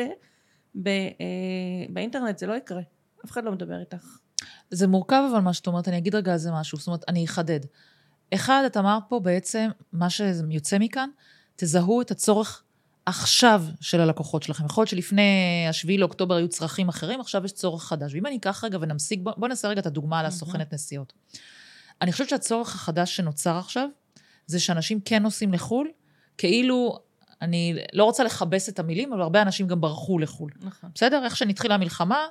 שבאינטרנט זה לא יקרה, אף אחד לא מדבר איתך. זה מורכב אבל מה שאת אומרת, אני אגיד רגע על זה משהו, זאת אומרת, אני אחדד. אחד, את אמרת פה בעצם, מה שיוצא מכאן, תזהו את הצורך עכשיו של הלקוחות שלכם. יכול להיות שלפני 7 לאוקטובר היו צרכים אחרים, עכשיו יש צורך חדש. ואם אני אקח רגע ונמסיק, בוא נעשה רגע את הדוגמה על הסוכנת נסיעות. אני חושבת שהצורך החדש שנוצר עכשיו, זה שאנשים כן נוסעים לחול, כאילו, אני לא רוצה לחבס את המילים, אבל הרבה אנשים גם ברחו לחול. נכון. בסדר? איך שנתחילה המלחמה,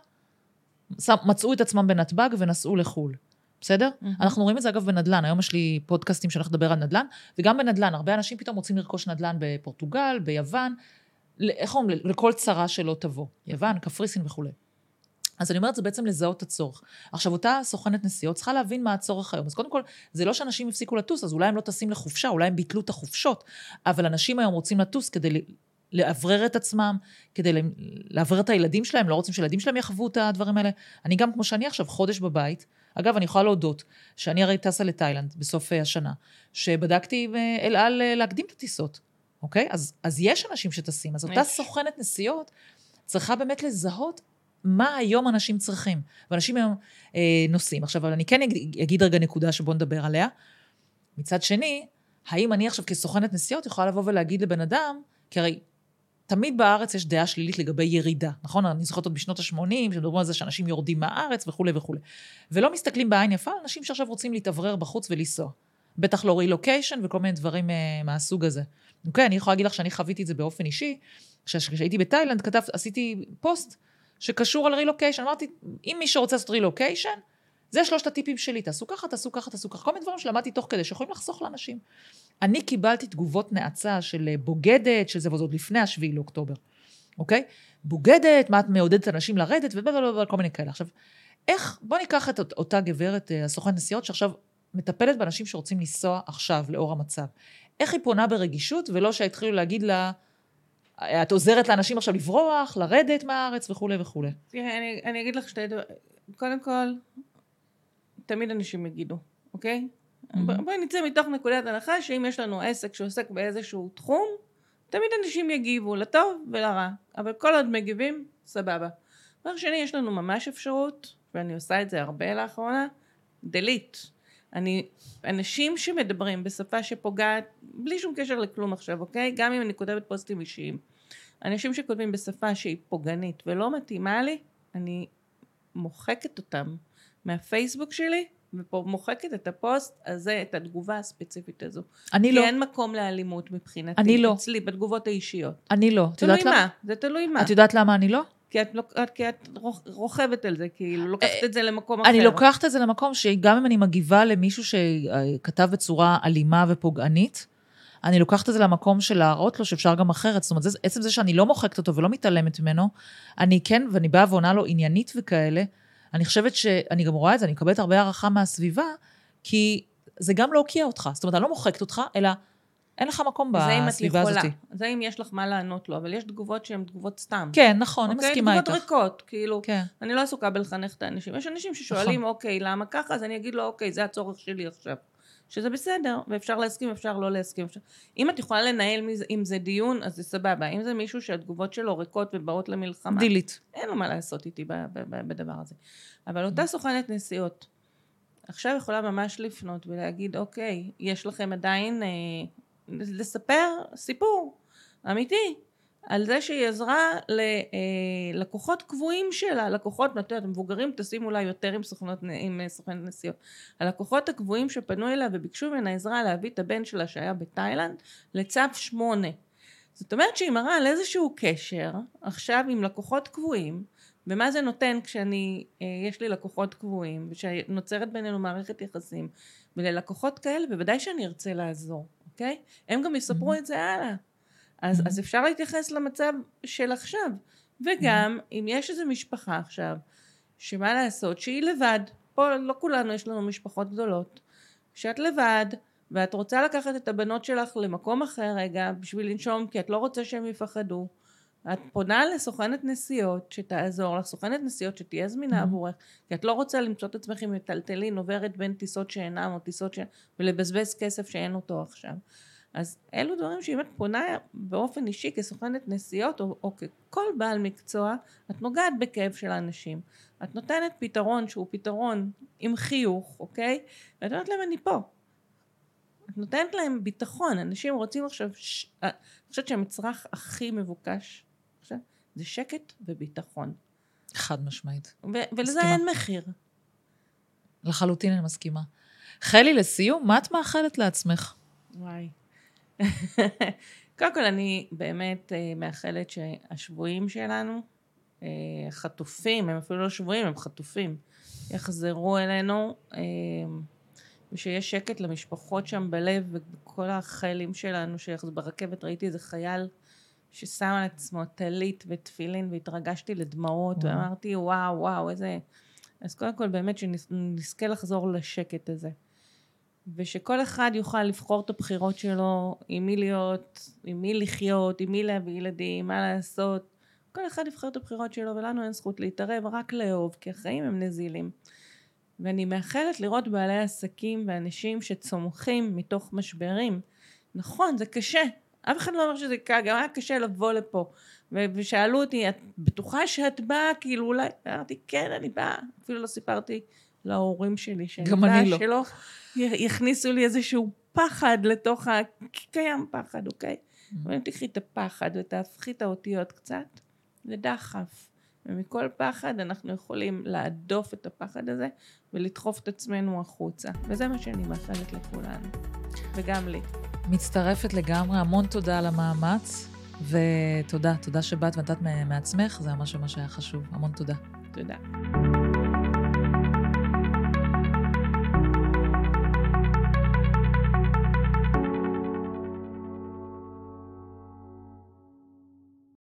מצאו את עצמם בנתב"ג ונסעו לחול. בסדר? אנחנו רואים את זה אגב בנדלן, היום יש לי פודקאסטים שאני הולכת לדבר על נדלן, וגם בנדלן, הרבה אנשים פתאום רוצים לרכוש נדלן בפורטוגל, ביוון, איך אומרים, לכל צרה שלא תבוא, יוון, קפריסין וכו'. אז אני אומרת, זה בעצם לזהות את הצורך. עכשיו, אותה סוכנת נסיעות צריכה להבין מה הצורך היום. אז קודם כל, זה לא שאנשים הפסיקו לטוס, אז אולי הם לא טסים לחופשה, אולי הם ביטלו את החופשות, אבל אנשים היום רוצים לטוס כדי לעברר את עצמם, כדי לעברר את הילדים שלהם, לא רוצים שילדים שלהם יחוו את הדברים האלה. אני גם, כמו שאני עכשיו, חודש בבית, אגב, אני יכולה להודות שאני הרי טסה לתאילנד בסוף השנה, שבדקתי אל על להקדים את הטיסות, אוקיי? אז יש אנשים שטסים, אז אותה סוכנת נסיעות צריכה באמת לזהות מה היום אנשים צריכים, ואנשים היום נוסעים. עכשיו, אבל אני כן אגיד רגע נקודה שבוא נדבר עליה. מצד שני, האם אני עכשיו כסוכנת נסיעות יכולה לבוא ולהגיד לבן אדם, כי הרי תמיד בארץ יש דעה שלילית לגבי ירידה, נכון? אני זוכרת עוד בשנות ה-80, שמדברים על זה שאנשים יורדים מהארץ וכו' וכו'. ולא מסתכלים בעין יפה, אנשים שעכשיו רוצים להתאוורר בחוץ ולנסוע. בטח לא רילוקיישן וכל מיני דברים מהסוג הזה. אוקיי, אני יכולה להגיד לך שאני חוויתי את זה באופן אישי, כשהייתי בתאילנד, עשיתי פוסט שקשור על רילוקיישן, אמרתי, אם מי שרוצה לעשות רילוקיישן, זה 3 הטיפים שלי, תעשו ככה, תעשו ככה, תעשו ככה, כל מיני דברים שלמדתי תוך כדי, שיכולים לחסוך לאנשים. אני קיבלתי תגובות נאצה של בוגדת, שזה עוד לפני 7 לאוקטובר, אוקיי? בוגדת, מה את מעודדת אנשים לרדת, וכל מיני כאלה. עכשיו, בוא ניקח את אותה גברת, הסוכנת נסיעות, שעכשיו מטפלת באנשים שרוצים לנסוע עכשיו, לאור המצב. איך היא פונה ברגישות, ולא שהתחילו להגיד לה, את עוזרת לאנשים עכשיו לברוח, לרדת מהארץ וכו' וכו'. אני אגיד לך קודם כל, תמיד אנשים יגידו, אוקיי? בואי נצא מתוך נקודת הנחה, שאם יש לנו עסק שעוסק באיזשהו תחום, תמיד אנשים יגיבו, לטוב ולרע. אבל כל עוד מגיבים, סבבה. דבר שני, יש לנו ממש אפשרות, ואני עושה את זה הרבה לאחרונה, delete. אנשים שמדברים בשפה שפוגעת, בלי שום קשר לכלום עכשיו, אוקיי? גם אם אני כותבת פוסטים אישיים. אנשים שכותבים בשפה שהיא פוגענית ולא מתאימה לי, אני מוחקת אותם מהפייסבוק שלי, ופה מוחקת את הפוסט הזה, את התגובה הספציפית הזו. אני לא. כי אין מקום לאלימות מבחינתי. אני לא. אצלי, בתגובות האישיות. אני לא. תלוי מה? זה תלוי מה. את יודעת למה אני לא? כי את רוכבת על זה, כאילו, לוקחת את זה למקום אחר. אני לוקחת את זה למקום שגם אם אני מגיבה למישהו שכתב בצורה אלימה ופוגענית, אני לוקחת את זה למקום של להראות לו שאפשר גם אחרת. זאת אומרת, עצם זה שאני לא מוחקת אותו ולא מתעלמת ממנו, אני כן, ואני באה ועונה לו עניינית וכאלה, אני חושבת שאני גם רואה את זה, אני מקבלת הרבה הערכה מהסביבה, כי זה גם לא הוקיע אותך. זאת אומרת, אני לא מוחקת אותך, אלא אין לך מקום בסביבה הזאת. זה אם יש לך מה לענות לו, אבל יש תגובות שהן תגובות סתם. כן, נכון, אני מסכימה איתך. תגובות ריקות, כאילו, אני לא עסוקה בלחנך את האנשים. יש אנשים ששואלים, אוקיי, למה ככה? אז אני אגיד לו, אוקיי, זה הצורך שלי עכשיו. שזה בסדר, ואפשר להסכים, אפשר לא להסכים. אם את יכולה לנהל עם זה דיון, אז זה סבבה. אם זה מישהו שהתגובות שלו ריקות ובאות למלחמה, דילית. אין לו מה לעשות איתי בדבר הזה. אבל אותה סוכנת נסיעות, עכשיו יכולה ממש לפנות ולהגיד, אוקיי, יש לכם עדיין לספר סיפור אמיתי, על זה שהיא עזרה ללקוחות קבועים שלה, לקוחות, מבוגרים טסים אולי יותר עם סוכנת נסיעות, הלקוחות הקבועים שפנו אליה וביקשו ממנה עזרה להביא את הבן שלה שהיה בתאילנד לצו 8. זאת אומרת שהיא מראה על איזשהו קשר עכשיו עם לקוחות קבועים, ומה זה נותן יש לי לקוחות קבועים, ושנוצרת בינינו מערכת יחסים, וללקוחות כאלה בוודאי שאני ארצה לעזור, אוקיי? הם גם יספרו את זה הלאה. אז אפשר להתייחס למצב של עכשיו, וגם אם יש איזו משפחה עכשיו, שמה לעשות, שהיא לבד, פה לא כולנו יש לנו משפחות גדולות, שאת לבד, ואת רוצה לקחת את הבנות שלך למקום אחר רגע, בשביל לנשום, כי את לא רוצה שהם יפחדו, את פונה לסוכנת נסיעות שתעזור לך, סוכנת נסיעות שתהיה זמינה עבורך, כי את לא רוצה למצוא את עצמך עם מטלטלין, עוברת בין טיסות שאינם או טיסות ולבזבז כסף שאין אותו עכשיו. אז אלו דברים שאם את פונה באופן אישי כסוכנת נסיעות או ככל בעל מקצוע, את נוגעת בכאב של האנשים. את נותנת פתרון שהוא פתרון עם חיוך, אוקיי? ואת אומרת להם אני פה. את נותנת להם ביטחון. אנשים רוצים עכשיו, אני חושבת שהמצרך הכי מבוקש עכשיו, זה שקט וביטחון. חד משמעית. ולזה אין מחיר. לחלוטין אני מסכימה. חלי, לסיום, מה את מאחלת לעצמך? וואי. קודם כל אני באמת מאחלת שהשבויים שלנו, חטופים, הם אפילו לא שבויים, הם חטופים, יחזרו אלינו, ושיש שקט למשפחות שם בלב, וכל החיילים שלנו, ברכבת ראיתי איזה חייל, ששם על עצמו טלית ותפילין, והתרגשתי לדמעות, ואמרתי וואו, איזה... אז קודם כל באמת שנזכה לחזור לשקט הזה. ושכל אחד יוכל לבחור את הבחירות שלו, עם מי להיות, עם מי לחיות, עם מי להביא ילדים, מה לעשות. כל אחד יבחר את הבחירות שלו, ולנו אין זכות להתערב, רק לאהוב, כי החיים הם נזילים. ואני מאחלת לראות בעלי עסקים ואנשים שצומחים מתוך משברים. נכון, זה קשה. אף אחד לא אומר שזה קל, גם היה קשה לבוא לפה. ושאלו אותי, את בטוחה שאת באה? כאילו אולי, אמרתי, כן, אני באה. אפילו לא סיפרתי להורים שלי, גם אני לא. שלא יכניסו לי איזשהו פחד לתוך קיים פחד, אוקיי? אבל אם תקחי את הפחד ותהפכי את האותיות קצת, לדחף. ומכל פחד אנחנו יכולים להדוף את הפחד הזה, ולדחוף את עצמנו החוצה. וזה מה שאני מאחלת לכולנו. וגם לי. מצטרפת לגמרי, המון תודה על המאמץ, ותודה שבאת ונתת מעצמך, זה ממש היה חשוב. המון תודה. תודה.